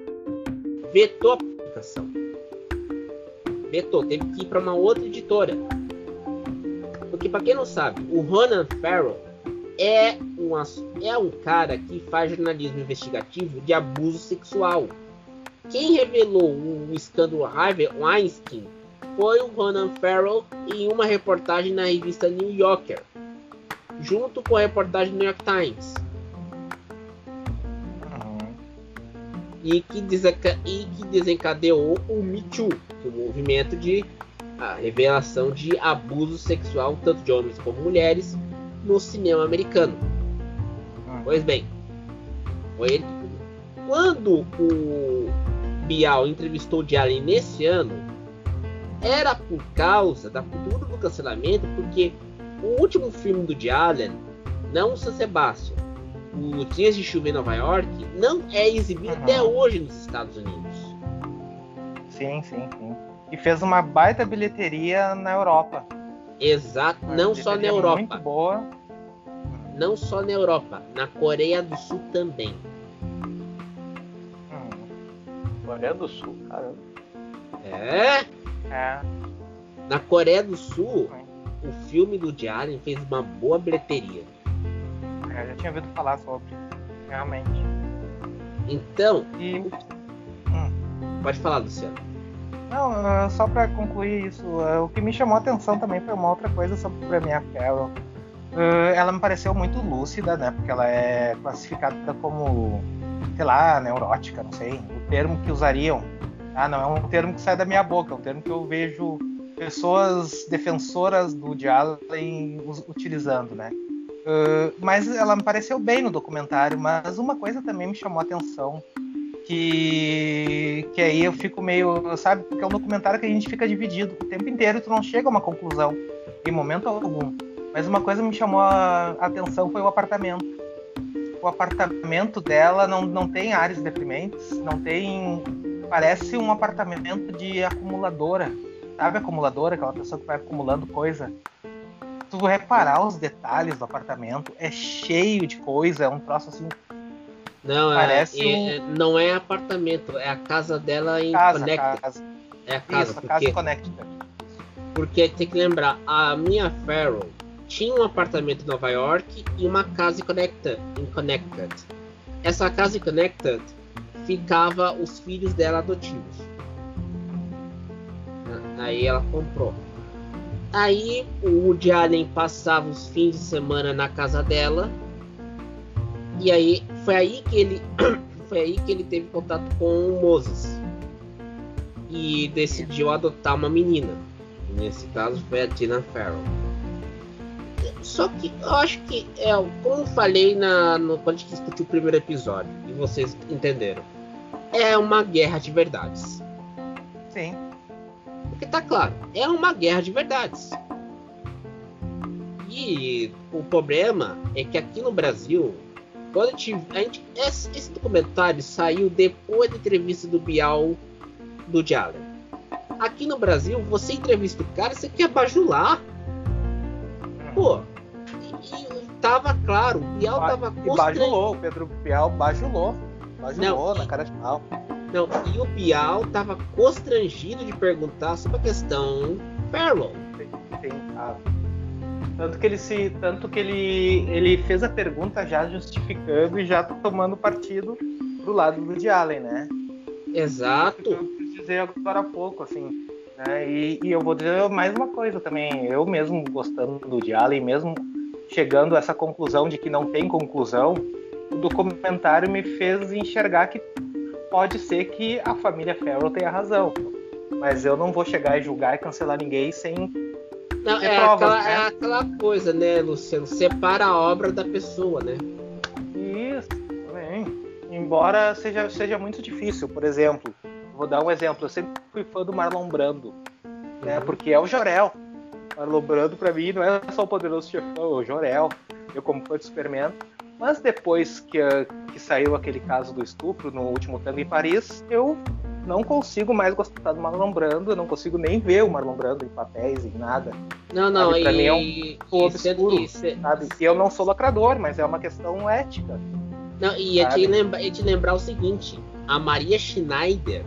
vetou a publicação. Vetou, teve que ir para uma outra editora. Porque para quem não sabe, o Ronan Farrow é um, é um cara que faz jornalismo investigativo de abuso sexual. Quem revelou o escândalo Harvey Weinstein foi o Ronan Farrow em uma reportagem na revista New Yorker, junto com a reportagem do New York Times. Uhum. E, que desenca- e que desencadeou o Me Too, que é o movimento de a revelação de abuso sexual, tanto de homens como mulheres, no cinema americano. Uhum. Pois bem, foi ele. Quando o Bial entrevistou o Woody Allen nesse ano, era por causa da cultura do cancelamento, porque o último filme do Woody Allen, não o San Sebastian, o Dias de Chuva em Nova York, não é exibido uhum. até hoje nos Estados Unidos. Sim, sim, sim. E fez uma baita bilheteria na Europa. Exato, uma não só na Europa. Muito boa. Não só na Europa, na Coreia do Sul também. Hum. Coreia do Sul, caramba. É? É. Na Coreia do Sul, o filme do Woody Allen fez uma boa bilheteria. É, eu já tinha ouvido falar sobre, realmente. Então, e... hum. pode falar, Luciano. Não, só para concluir isso, o que me chamou a atenção também foi uma outra coisa sobre a Mia Farrow. Ela me pareceu muito lúcida, né? Porque ela é classificada como, sei lá, neurótica, não sei. O termo que usariam. Ah, não é um termo que sai da minha boca, é um termo que eu vejo pessoas defensoras do Woody Allen utilizando, né? Uh, mas ela me pareceu bem no documentário, mas uma coisa também me chamou a atenção, que, que aí eu fico meio, sabe, porque é um documentário que a gente fica dividido o tempo inteiro e tu não chega a uma conclusão, em momento algum. Mas uma coisa me chamou a atenção foi o apartamento. O apartamento dela não, não tem ares deprimentes, não tem... Parece um apartamento de acumuladora. Sabe acumuladora? Aquela pessoa que vai acumulando coisa. Se tu reparar os detalhes do apartamento, é cheio de coisa, é um troço assim... Não, parece é, um... é, não é apartamento, é a casa dela em casa, Connecticut. Casa. É a casa, Isso, porque, a casa em Connecticut. Porque tem que lembrar, a Mia Farrow tinha um apartamento em Nova York e uma casa em Connecticut. Em Connecticut. Essa casa em Connecticut ficava os filhos dela adotivos. Aí ela comprou. Aí o Woody Allen passava os fins de semana na casa dela. E aí foi aí que ele foi aí que ele teve contato com o Moses e decidiu adotar uma menina. Nesse caso foi a Tina Farrow. Só que eu acho que é como eu falei na no, quando a gente discutiu o primeiro episódio e vocês entenderam, é uma guerra de verdades. Sim. Porque tá claro, é uma guerra de verdades. E o problema é que aqui no Brasil, quando a gente, a gente, esse, esse documentário saiu depois da entrevista do Bial do Woody Allen. Aqui no Brasil, você entrevista o cara, você quer bajular. Pô, e, e tava claro, o Bial tava constrangido. Bajulou, o Pedro Bial bajulou. Bajulou não, na cara de pau. Não, e o Bial tava constrangido de perguntar sobre a questão Farrow. Sim, ah. Tanto que ele se, tanto que ele, ele fez a pergunta já justificando e já tomando partido pro lado do Woody Allen, né? Exato. Eu quis dizer agora há pouco, assim, né? E, e eu vou dizer mais uma coisa também. Eu mesmo gostando do Woody Allen, mesmo chegando a essa conclusão de que não tem conclusão, o documentário me fez enxergar que pode ser que a família Farrow tenha razão, mas eu não vou chegar e julgar e cancelar ninguém sem Não, é, provas, aquela, né? É aquela coisa, né, Luciano? Separa a obra da pessoa, né? Isso, também. Embora seja, seja muito difícil. Por exemplo, vou dar um exemplo. Eu sempre fui fã do Marlon Brando, né? Uhum. Porque é o Jor-El. Marlon Brando, pra mim, não é só o poderoso chefão, é o Jor-El. Eu como fã de Superman. Mas depois que, que saiu aquele caso do estupro no último Tango em Paris, eu não consigo mais gostar do Marlon Brando, eu não consigo nem ver o Marlon Brando em papéis, em nada. Não, não, sabe? Pra e... mim é um pouco obscuro, e, sabe? E eu não sou lacrador, mas é uma questão ética. Não, e é de, lembra, é de lembrar o seguinte, a Maria Schneider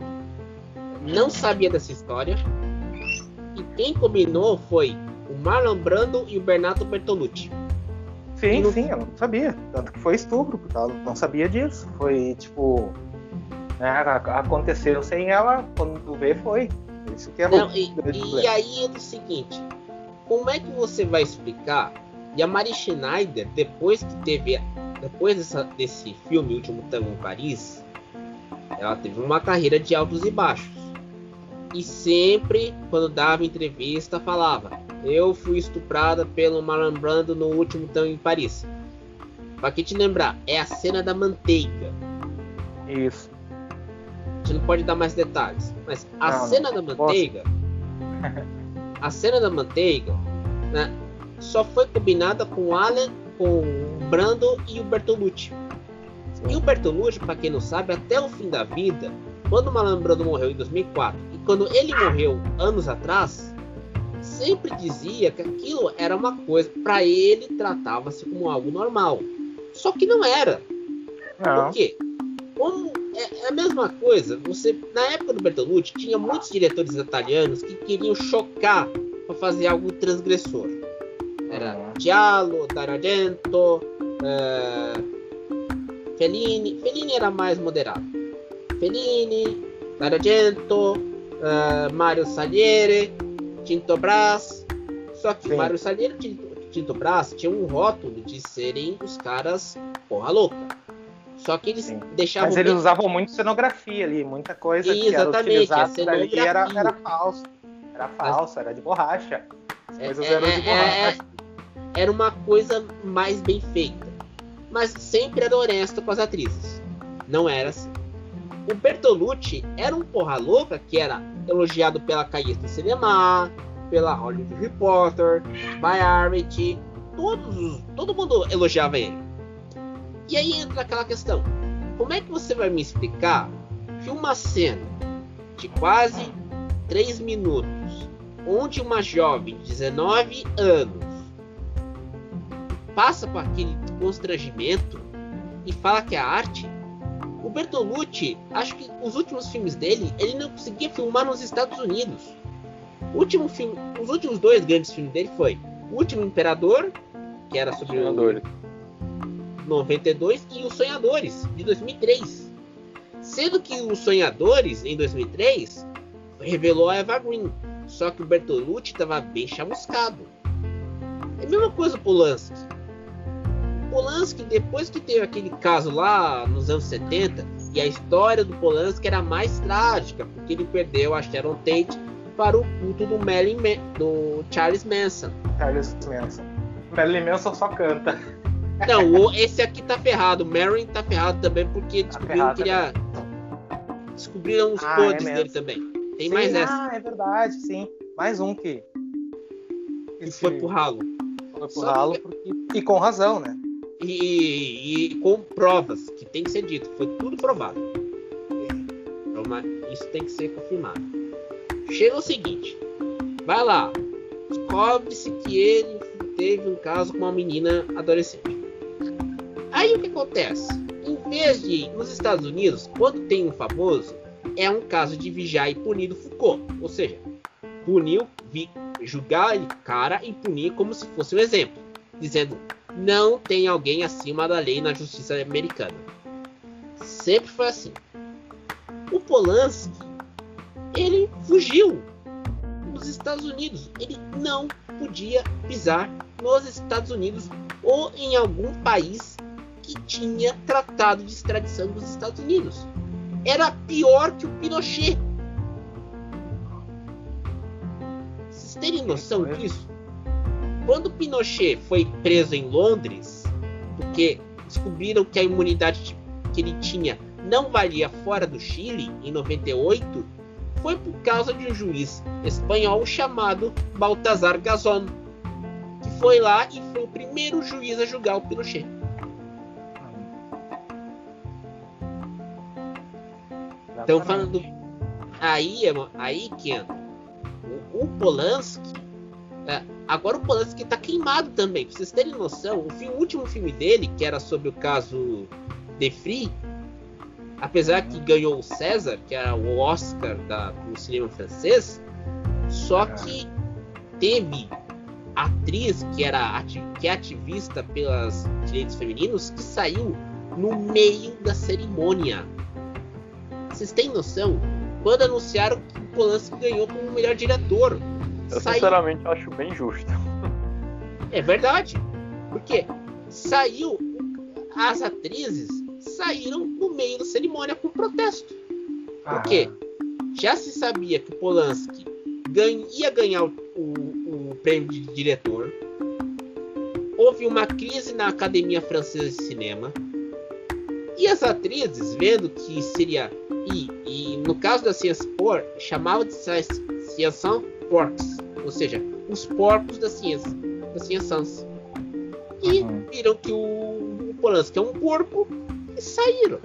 não sabia dessa história, e quem combinou foi o Marlon Brando e o Bernardo Bertolucci. Sim, não... sim, eu não sabia. Tanto que foi estupro, porque ela não sabia disso. Foi, tipo... Né, aconteceu sem ela, quando vê, foi. Isso que é não, e, e aí é o seguinte, como é que você vai explicar? E a Maria Schneider, depois que teve... Depois dessa, desse filme, O Último Tango em Paris, ela teve uma carreira de altos e baixos. E sempre, quando dava entrevista, falava: eu fui estuprada pelo Marlon Brando no Último Tango em Paris. Pra que te lembrar, é a cena da manteiga. Isso. A gente não pode dar mais detalhes, mas a não, cena não. da manteiga, A cena da manteiga, né, só foi combinada com o Alan, com o Brando e o Bertolucci. E o Bertolucci, para quem não sabe, até o fim da vida, quando o Marlon Brando morreu em dois mil e quatro e quando ele morreu anos atrás, sempre dizia que aquilo era uma coisa, para ele tratava-se como algo normal. Só que não era. Não. Por quê? Como é, é a mesma coisa, você, na época do Bertolucci, tinha muitos diretores italianos que queriam chocar para fazer algo transgressor. Era Giallo, Dario Argento, uh, Fellini. Fellini era mais moderado. Fellini, Dario Argento, uh, Mario Salieri, Tinto Brass. Só que Sim. Mario Salieri e Tinto, Tinto Brass tinham um rótulo de serem os caras porra louca. Só que eles Sim. deixavam... Mas eles bem... usavam muito cenografia ali, muita coisa Sim, que era exatamente, utilizada a ali era, cenografia. era falso. Era falso, era de borracha. As É, coisas é, eram de é, borracha. é, era uma coisa mais bem feita. Mas sempre era honesta com as atrizes. Não era assim. O Bertolucci era um porra louca que era elogiado pela Cahiers do Cinema, pela Hollywood Reporter, Variety, todos os, todo mundo elogiava ele. E aí entra aquela questão: como é que você vai me explicar que uma cena de quase três minutos, onde uma jovem de dezenove anos passa por aquele constrangimento e fala que é arte? O Bertolucci, acho que os últimos filmes dele, ele não conseguia filmar nos Estados Unidos. O último filme, os últimos dois grandes filmes dele foi O Último Imperador, que era sobre Sonhadores. o noventa e dois, e Os Sonhadores, de dois mil e três. Sendo que Os Sonhadores, em dois mil e três, revelou a Eva Green. Só que o Bertolucci estava bem chamuscado. É a mesma coisa o Polanski. O Polanski, depois que teve aquele caso lá nos anos setenta, e a história do Polanski era mais trágica, porque ele perdeu a Sharon Tate para o culto do, Marilyn Man- do Charles Manson. Charles Manson. Marilyn Manson só canta. Não, o- esse aqui tá ferrado. O Marilyn tá ferrado também, porque descobriram ferrado que ele a- descobriram os Ah, podres é dele mesmo. também. Tem Sim, mais essa. Ah, é verdade, sim. Mais um que. Que foi pro ralo. Foi pro Só ralo, que- porque... e com razão, né? E, e com provas, que tem que ser dito. Foi tudo provado. Então, mas isso tem que ser confirmado. Chega o seguinte. Vai lá. Descobre-se que ele teve um caso com uma menina adolescente. Aí o que acontece? Em vez de, nos Estados Unidos, quando tem um famoso, é um caso de vigiar e punir do Foucault. Ou seja, punir, vi, julgar o cara e punir como se fosse um exemplo. Dizendo, não tem alguém acima da lei na justiça americana. Sempre foi assim. O Polanski, ele fugiu nos Estados Unidos. Ele não podia pisar nos Estados Unidos ou em algum país que tinha tratado de extradição dos Estados Unidos. Era pior que o Pinochet. Vocês terem noção disso? Quando Pinochet foi preso em Londres, porque descobriram que a imunidade que ele tinha não valia fora do Chile, em noventa e oito, foi por causa de um juiz espanhol chamado Baltasar Garzón, que foi lá e foi o primeiro juiz a julgar o Pinochet. Então, falando aí, aí que entra o, o Polanski. É, agora o Polanski tá queimado também. Pra vocês terem noção, o, filme, o último filme dele, que era sobre o caso The Free, apesar que ganhou o César, que era o Oscar da, do cinema francês, só que teve a atriz que, era, que é ativista pelos direitos femininos, que saiu no meio da cerimônia. Vocês têm noção? Quando anunciaram que o Polanski ganhou como o melhor diretor, Eu saiu... sinceramente acho bem justo. É verdade. Porque saiu, as atrizes saíram no meio da cerimônia com protesto. Por quê? Já se sabia que o Polanski ganha, ia ganhar o, o, o prêmio de diretor. Houve uma crise na Academia Francesa de Cinema. E as atrizes, vendo que seria... E, e no caso da Sciences Po, chamava de Sciences porcs, ou seja, os porcos da ciência, da ciência. E Uhum. viram que o, o Polanski é um porco e saíram.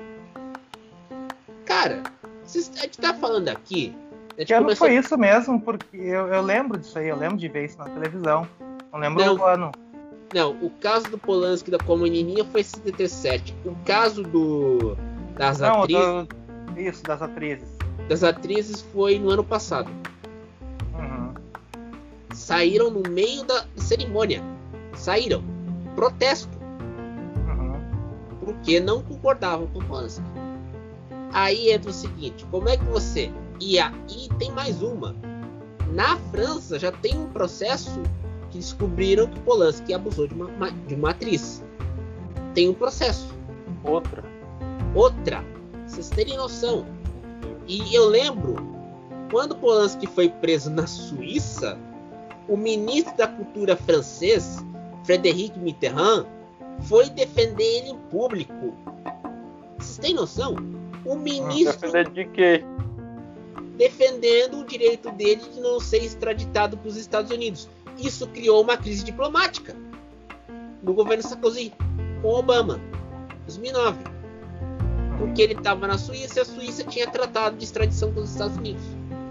Cara, cês- a gente tá falando aqui. A gente Que ano começou- foi isso mesmo? Porque eu, eu lembro disso aí, eu lembro de ver isso na televisão. Não lembro Não. o ano. Não, o caso do Polanski da com a menininha foi em setenta e sete. O caso do das Não, atrizes, do- isso, das atrizes. das atrizes foi no ano passado. Uhum. Saíram no meio da cerimônia. Saíram. Protesto. Uhum. Porque não concordavam com o Polanski. Aí entra o seguinte: como é que você. E aí tem mais uma. Na França já tem um processo que descobriram que o Polanski abusou de uma, uma- de uma atriz. Tem um processo. Outra. Outra. Vocês terem noção. E eu lembro, quando Polanski foi preso na Suíça, o ministro da cultura francês, Frédéric Mitterrand, foi defender ele em público. Vocês têm noção? O ministro Defender de quê? defendendo o direito dele de não ser extraditado para os Estados Unidos. Isso criou uma crise diplomática no governo Sarkozy com Obama, em dois mil e nove. Porque ele estava na Suíça e a Suíça tinha tratado de extradição com os Estados Unidos.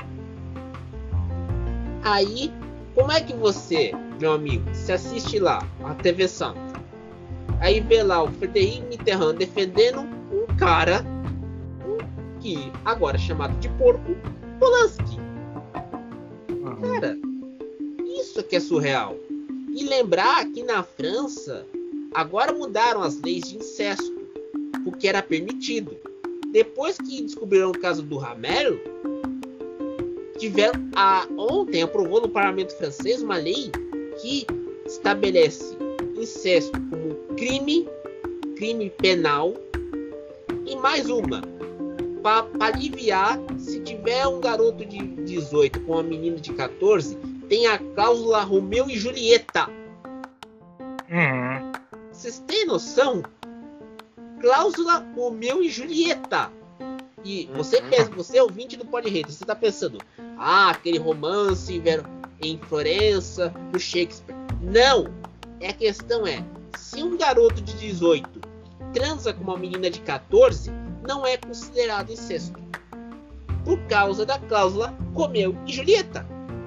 Aí, como é que você, meu amigo, se assiste lá a T V Santa, aí vê lá o Frédéric Mitterrand defendendo um cara um, que agora é chamado de porco, Polanski. Uhum. Cara, isso que é surreal. E lembrar que na França agora mudaram as leis de incesto, porque era permitido. Depois que descobriram o caso do Hamel, tiveram a, ontem aprovou no parlamento francês uma lei que estabelece incesto como crime, crime penal, e mais uma, para aliviar, se tiver um garoto de dezoito com uma menina de catorze, tem a cláusula Romeu e Julieta. Uhum. Vocês têm noção? Cláusula Romeu e Julieta. E você Uhum. pensa, você é ouvinte do Pod Hater, você tá pensando, ah, aquele romance ver- em Florença, do Shakespeare. Não! É, a questão é, se um garoto de dezoito transa com uma menina de catorze, não é considerado incesto. Por causa da cláusula Romeu e Julieta.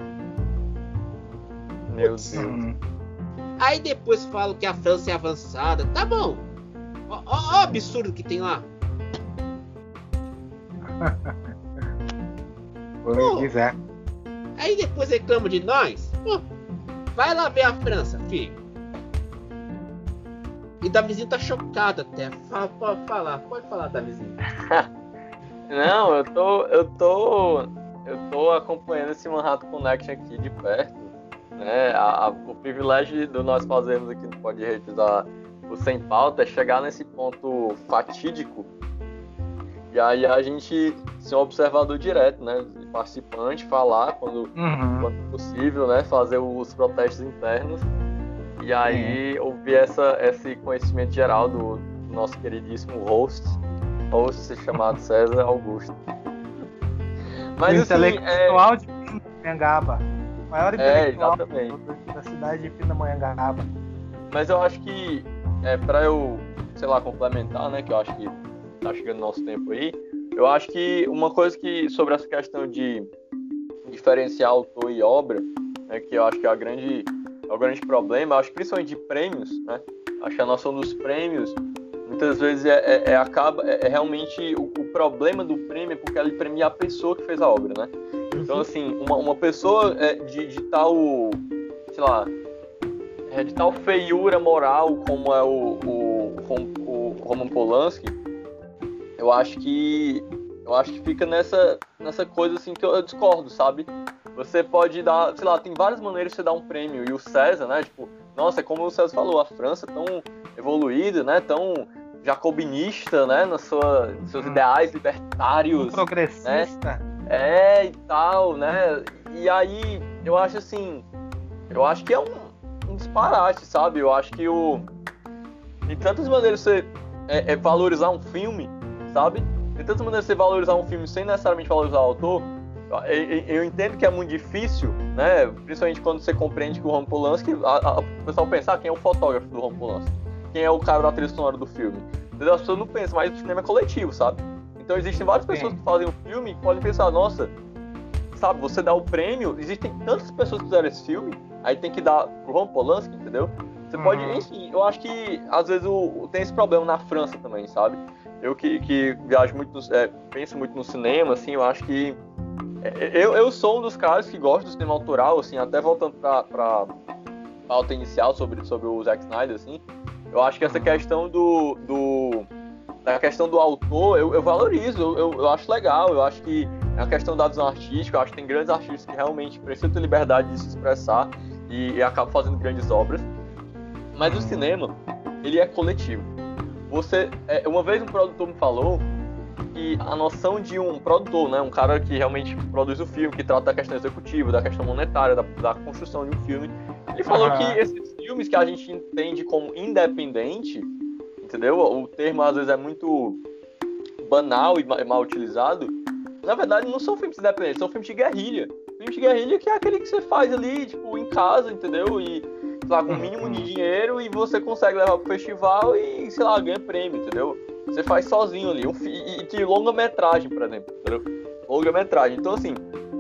Meu Deus. Uhum. Aí depois falam que a França é avançada. Tá bom. Ó, ó, ó o absurdo que tem lá. Vou Pô. me dizer. Aí depois reclama de nós. Pô, vai lá ver a França, filho. E Davizinho tá chocado até. Fala, pode falar, pode falar, Davizinho. Não, eu tô, eu tô, eu tô acompanhando esse Manhattan Connection aqui de perto, né? A, a, o privilégio do nós fazermos aqui no Pod Revisar o Sem Pauta é chegar nesse ponto fatídico. E aí a gente ser um observador direto, né? Participante, falar quando, Uhum. quando possível, né? Fazer os protestos internos. E aí ouvir essa, esse conhecimento geral do, do nosso queridíssimo host, host chamado César Augusto. Mas o assim, é, intelectual de Pindamonhangaba. O maior É, intelectual exatamente. da cidade de Pindamonhangaba. mas eu acho que é, para eu, sei lá, complementar, né? Que eu acho que tá chegando o nosso tempo aí. Eu acho que uma coisa que sobre essa questão de diferenciar autor e obra, né, que eu acho que é a grande é o grande problema, eu acho que principalmente de prêmios, né? Acho que a noção dos prêmios muitas vezes é, é, é acaba é, é realmente o, o problema do prêmio é porque ele premia a pessoa que fez a obra, né? Então assim, uma, uma pessoa é, de, de tal, sei lá, é, de tal feiura moral como é o, o, o, o Roman Polanski, eu acho que eu acho que fica nessa, nessa coisa assim que eu, eu discordo, sabe? Você pode dar, sei lá, tem várias maneiras de você dar um prêmio. E o César, né, tipo, nossa, é como o César falou, a França é tão evoluída, né, tão jacobinista, né, nos sua, nos seus Hum. ideais libertários. Um progressista. É, e tal, né? E aí, eu acho assim, eu acho que é um, um disparate, sabe? Eu acho que o... Tem tantas maneiras de você é, é valorizar um filme, sabe? Tem tantas maneiras de você valorizar um filme sem necessariamente valorizar o autor. eu, eu entendo que é muito difícil, né? Principalmente quando você compreende que o Roman Polanski, a, a, o pessoal pensa, ah, quem é o fotógrafo do Roman Polanski? Quem é o cara da trilha sonora do filme? As pessoas não pensam, mas o cinema é coletivo, sabe? Então existem várias pessoas Sim. que fazem o filme e podem pensar, nossa, sabe, você dá o prêmio, existem tantas pessoas que fizeram esse filme, aí tem que dar pro Roman Polanski, entendeu? Você uhum. pode, enfim, eu acho que às vezes o, tem esse problema na França também, sabe? Eu que, que viajo muito, no, é, penso muito no cinema, assim, eu acho que é, eu, eu sou um dos caras que gosta do cinema autoral, assim, até voltando pra, pra pauta inicial sobre, sobre o Zack Snyder, assim, eu acho que essa questão do, do da questão do autor, eu, eu valorizo, eu, eu acho legal, eu acho que é uma questão da visão artística, eu acho que tem grandes artistas que realmente precisam ter liberdade de se expressar e, e acabam fazendo grandes obras, mas o cinema, ele é coletivo. Você, é, uma vez um produtor me falou que a noção de um produtor, né, um cara que realmente produz o filme, que trata da questão executiva, da questão monetária, da, da construção de um filme, ele falou uhum. que esses filmes que a gente entende como independente, entendeu? O termo às vezes é muito banal e mal utilizado. Na verdade, não são filmes independentes, são filmes de guerrilha. Filmes de guerrilha que é aquele que você faz ali, tipo, em casa, entendeu? E, sei lá, com o mínimo de dinheiro e você consegue levar pro festival e, sei lá, ganha prêmio, entendeu? Você faz sozinho ali. Um, e de longa-metragem, por exemplo, entendeu? Longa-metragem. Então, assim,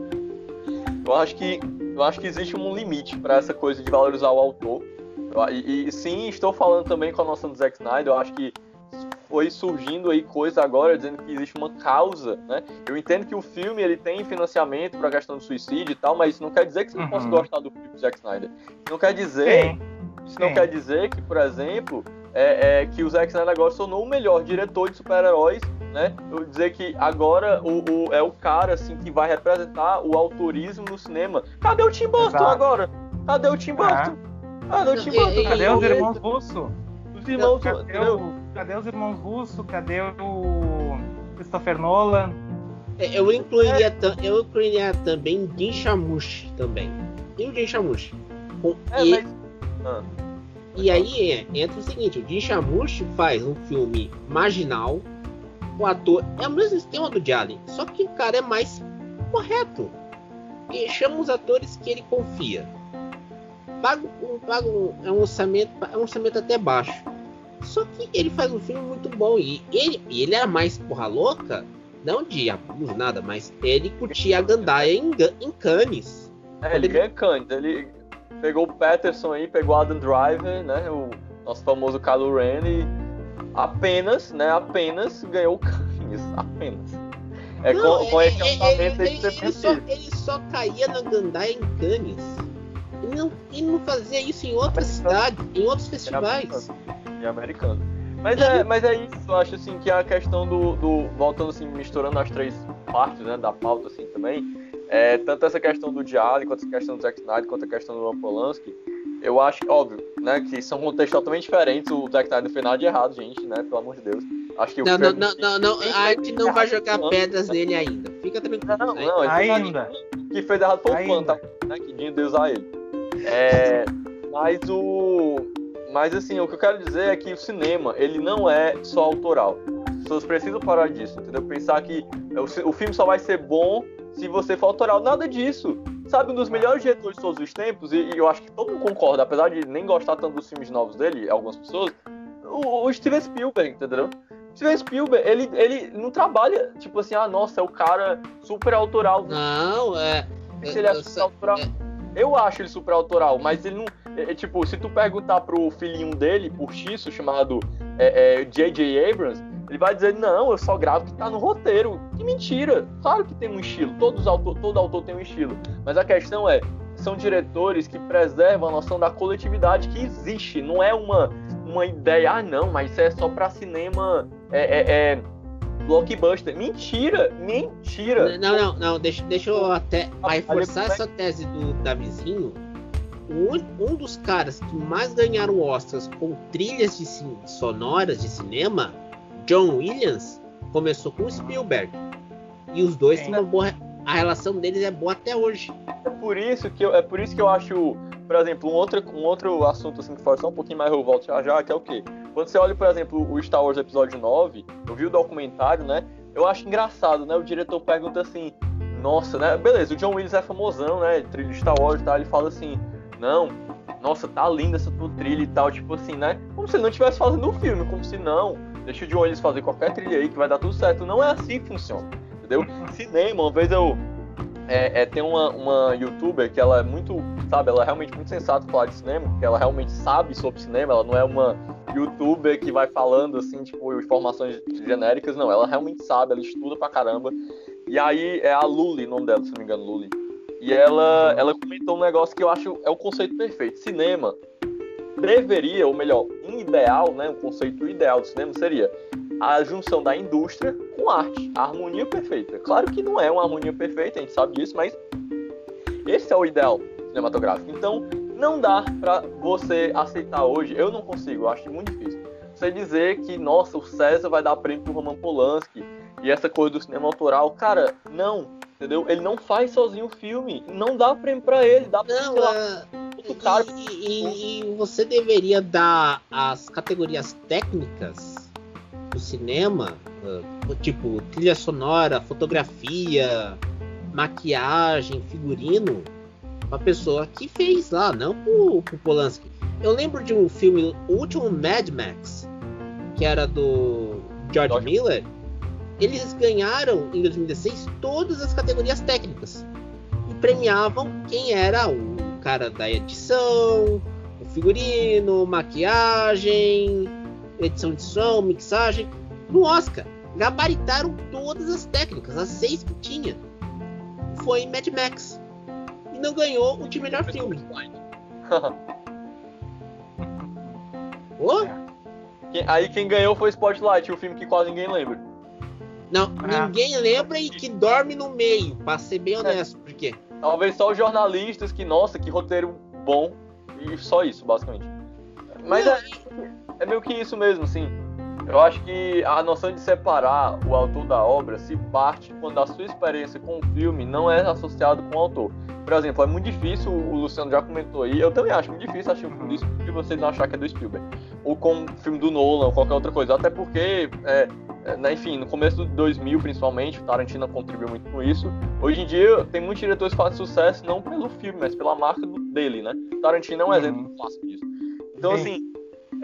eu acho que, eu acho que existe um limite para essa coisa de valorizar o autor. E, e sim, estou falando também com a noção do Zack Snyder, eu acho que foi surgindo aí coisa agora dizendo que existe uma causa, né? Eu entendo que o filme ele tem financiamento para a questão do suicídio e tal, mas isso não quer dizer que você não uhum. possa gostar do filme do Zack Snyder. Isso não quer dizer, sim. isso não sim. quer dizer que, por exemplo, é, é, que o Zack Snyder agora tornou o melhor diretor de super-heróis, né? Eu dizer que agora o, o, é o cara assim que vai representar o autorismo no cinema. Cadê o Tim Burton Exato. agora? Cadê o Tim Burton? É. Ah, não, Tim Burton. Cadê os irmãos Russo? Os irmãos, cadê, o, cadê os irmãos Russo? Cadê o Christopher Nolan? Eu incluiria, é. eu incluiria também Jim Jarmusch também. E o Jim Jarmusch. É, e, mas... ah, e aí entra o seguinte, o Jim Jarmusch faz um filme marginal, o ator é o mesmo esquema do Jalen, só que o cara é mais correto. E chama os atores que ele confia. Paga um, paga um, é um orçamento, é um orçamento até baixo. Só que ele faz um filme muito bom. E ele, ele era mais porra louca, não de abuso, nada, mas ele curtia a gandaia em, em Cannes. É, ele ganha Cannes. Ele pegou o Patterson aí, pegou o Adam Driver, né? O nosso famoso Kylo Ren e apenas, né? Apenas ganhou Cannes. Apenas. É não, com, com esse orçamento ele, ele, ele, só, ele só caía na gandaia em Cannes. Ele não, ele não fazia isso em outras cidades, em outros festivais. Em americano. Mas é, mas é isso, eu acho assim que a questão do, do. Voltando assim, misturando as três partes, né, da pauta assim também. É, tanto essa questão do Jalen, quanto essa questão do Zack Snyder, quanto a questão do Roman Polanski. Eu acho, óbvio, né, que são contextos totalmente diferentes. O Zack Snyder não fez nada de errado, gente, né? Pelo amor de Deus. Acho que não, o não, não, não, não, a gente não vai jogar pedras nele ainda. Fica tranquilo. Não, não, não ainda. Que fez errado foi o fã, tá? Né, que Dinho Deus a ele. É, mas o, mas assim, o que eu quero dizer é que o cinema, ele não é só autoral. As pessoas precisam parar disso, entendeu? Pensar que o, o filme só vai ser bom se você for autoral. Nada disso. Sabe, um dos melhores diretores de todos os tempos, e, e eu acho que todo mundo concorda, apesar de nem gostar tanto dos filmes novos dele, algumas pessoas, o, o Steven Spielberg, entendeu? Steven Spielberg, ele, ele não trabalha, tipo assim, ah, nossa, é o cara super autoral. Não, é... Se ele é super autoral... É... Eu acho ele super autoral, mas ele não... É, tipo, se tu perguntar pro filhinho dele, por X, chamado é, é, J J Abrams, ele vai dizer, não, eu só gravo que tá no roteiro. Que mentira! Claro que tem um estilo, todos autor, todo autor tem um estilo. Mas a questão é, são diretores que preservam a noção da coletividade que existe. Não é uma, uma ideia, ah não, mas isso é só pra cinema... É, é, é blockbuster. Mentira! Mentira! Não, não, não. Deixa, deixa eu até reforçar essa tese do Davizinho. Um, um dos caras que mais ganharam Oscars com trilhas de, sonoras de cinema, John Williams, começou com Spielberg. E os dois têm uma boa... A relação deles é boa até hoje. É por isso que eu, é por isso que eu acho, por exemplo, um outro, um outro assunto assim, que for só um pouquinho mais eu volto já já, que é o quê? Quando você olha, por exemplo, o Star Wars Episódio nove, eu vi o documentário, né? Eu acho engraçado, né? O diretor pergunta assim, nossa, né? Beleza, o John Williams é famosão, né? Trilha de Star Wars e tal. Ele fala assim, não, nossa, tá linda essa tua trilha e tal. Tipo assim, né? Como se ele não estivesse fazendo um filme, como se não, deixa o John Williams fazer qualquer trilha aí que vai dar tudo certo. Não é assim que funciona, entendeu? Cinema, uma vez eu... É, é, tem uma, uma youtuber que ela é muito, sabe, ela é realmente muito sensata falar de cinema, porque ela realmente sabe sobre cinema, ela não é uma youtuber que vai falando assim, tipo, informações genéricas, não, ela realmente sabe, ela estuda pra caramba. E aí é a Luli, o nome dela, se não me engano, Luli. E ela, ela comentou um negócio que eu acho é o conceito perfeito. Cinema deveria, ou melhor, em ideal, né, o conceito ideal do cinema seria a junção da indústria com arte, a harmonia perfeita. Claro que não é uma harmonia perfeita, a gente sabe disso, mas esse é o ideal cinematográfico. Então, não dá pra você aceitar hoje, eu não consigo, eu acho muito difícil, você dizer que, nossa, o César vai dar prêmio pro Roman Polanski e essa coisa do cinema autoral. Cara, não, entendeu? Ele não faz sozinho o filme, não dá prêmio pra ele, dá pra Não, lá, e, caro. e, e, e você deveria dar as categorias técnicas do cinema, uh, tipo trilha sonora, fotografia, maquiagem, figurino, uma pessoa que fez lá, não pro, pro Polanski. Eu lembro de um filme, o último Mad Max, que era do George George. Miller. Eles ganharam em dois mil e dezesseis todas as categorias técnicas e premiavam quem era o cara da edição, o figurino, maquiagem, edição de som, mixagem. No Oscar, gabaritaram todas as técnicas, as seis que tinha. Foi Mad Max. E não ganhou o de melhor filme. Oh? Aí quem ganhou foi Spotlight, o filme que quase ninguém lembra. Não, Ah. ninguém lembra e que dorme no meio, pra ser bem honesto. Por quê? Talvez só os jornalistas que, nossa, que roteiro bom. E só isso, basicamente. Mas é, é meio que isso mesmo, assim. Eu acho que a noção de separar o autor da obra se parte quando a sua experiência com o filme não é associada com o autor. Por exemplo, é muito difícil, o Luciano já comentou aí, eu também acho muito difícil assistir um filme disso porque você não achar que é do Spielberg. Ou como o filme do Nolan, ou qualquer outra coisa. Até porque, é, é, enfim, no começo do dois mil, principalmente, o Tarantino contribuiu muito com isso. Hoje em dia, tem muitos diretores que fazem sucesso não pelo filme, mas pela marca do, dele, né? O Tarantino é um exemplo clássico disso. Então, Sim. assim,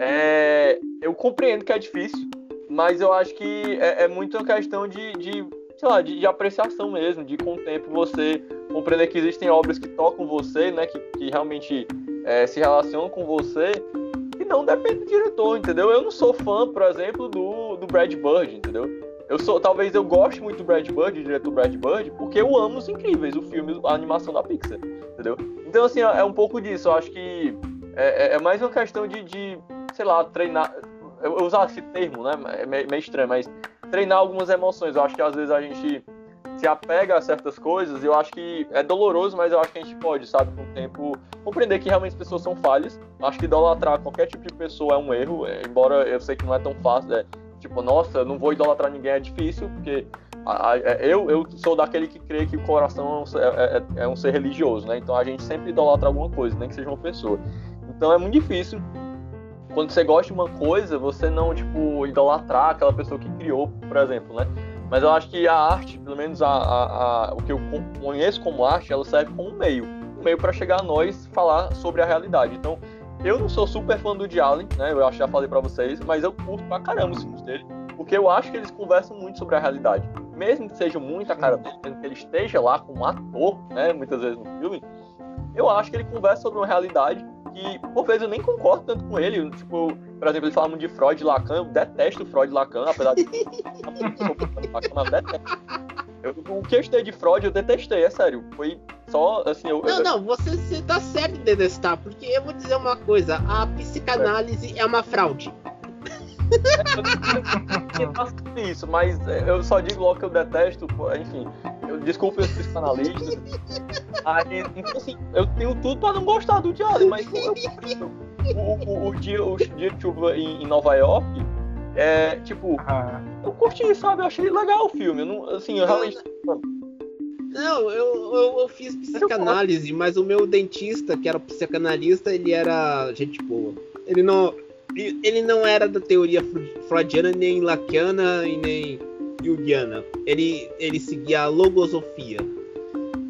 é, eu compreendo que é difícil, mas eu acho que é, é muito uma questão de, de sei lá, de, de apreciação mesmo, de com o tempo você compreender que existem obras que tocam você, né, que, que realmente é, se relacionam com você, e não depende do diretor, entendeu? Eu não sou fã, por exemplo, do, do Brad Bird, entendeu? Eu sou, talvez eu goste muito do Brad Bird, do diretor Brad Bird, porque eu amo Os Incríveis, o filme, a animação da Pixar, entendeu? Então, assim, é um pouco disso, eu acho que é, é mais uma questão de, de sei lá, treinar, eu, eu usar esse termo, né, é meio, meio estranho, mas treinar algumas emoções. Eu acho que às vezes a gente se apega a certas coisas, e eu acho que é doloroso, mas eu acho que a gente pode, sabe, com o tempo, compreender que realmente as pessoas são falhas. Eu acho que idolatrar qualquer tipo de pessoa é um erro, é, embora eu sei que não é tão fácil, é, tipo, nossa, eu não vou idolatrar ninguém, é difícil, porque a, a, eu, eu sou daquele que crê que o coração é, é, é um ser religioso, né, então a gente sempre idolatra alguma coisa, nem que seja uma pessoa. Então é muito difícil, quando você gosta de uma coisa, você não, tipo, idolatrar aquela pessoa que criou, por exemplo, né? Mas eu acho que a arte, pelo menos a, a, a, o que eu conheço como arte, ela serve como um meio. Um meio para chegar a nós falar sobre a realidade. Então, eu não sou super fã do Woody Allen, né? Eu acho que já falei pra vocês, mas eu curto pra caramba os filmes dele, porque eu acho que eles conversam muito sobre a realidade. Mesmo que seja muito a cara dele, mesmo que ele esteja lá como ator, né? Muitas vezes no filme, eu acho que ele conversa sobre uma realidade que, por vezes, eu nem concordo tanto com ele. Tipo, por exemplo, ele fala muito de Freud e Lacan. Eu detesto Freud e Lacan, apesar de... eu detesto. Eu, o que eu estudei de Freud, eu detestei, é sério. Foi só, assim... Eu, Não, eu... não, você, você tá certo em detestar, porque eu vou dizer uma coisa, a psicanálise é, é uma fraude. Eu faço isso, mas eu só digo logo que eu detesto, enfim, eu desculpe os psicanalistas. Aí, então, assim, eu tenho tudo pra não gostar do Diário, mas eu, eu, o, o, o, dia, o dia de chuva em, em Nova York, é, tipo, Ah. eu curti, sabe, eu achei legal o filme, eu não, assim, eu realmente... Não, eu, eu, eu fiz psicanálise, mas o meu dentista, que era psicanalista, ele era gente boa. Ele não, ele não era da teoria freudiana, nem lacaniana e nem junguiana. Ele, ele seguia a logosofia.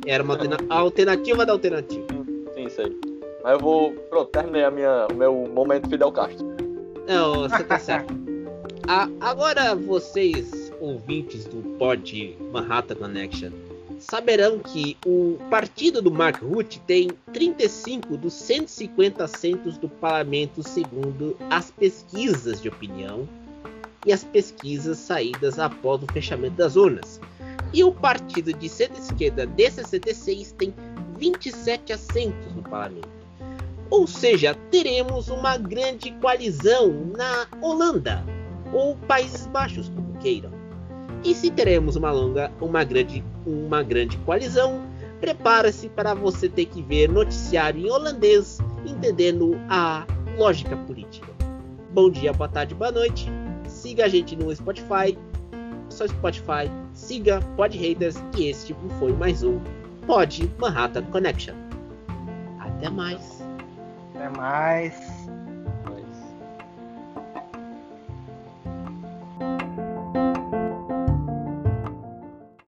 Era uma alterna... alternativa da alternativa. Sim, sei. Mas eu vou. Pronto, terminei a minha, o meu momento Fidel Castro. Não, você tá certo. Ah, agora vocês, ouvintes do Pod Manhattan Connection, saberão que o partido do Mark Rutte tem trinta e cinco dos cento e cinquenta assentos do parlamento, segundo as pesquisas de opinião e as pesquisas saídas após o fechamento das urnas. E o partido de centro-esquerda de sessenta e seis tem vinte e sete assentos no parlamento. Ou seja, teremos uma grande coalizão na Holanda, ou Países Baixos, como queiram. E se teremos uma longa, uma grande, uma grande coalizão, prepara-se para você ter que ver noticiário em holandês, entendendo a lógica política. Bom dia, boa tarde, boa noite. Siga a gente no Spotify, só Spotify, siga Pod Haters, e este foi mais um Pod Manhattan Connection. Até mais. Até mais.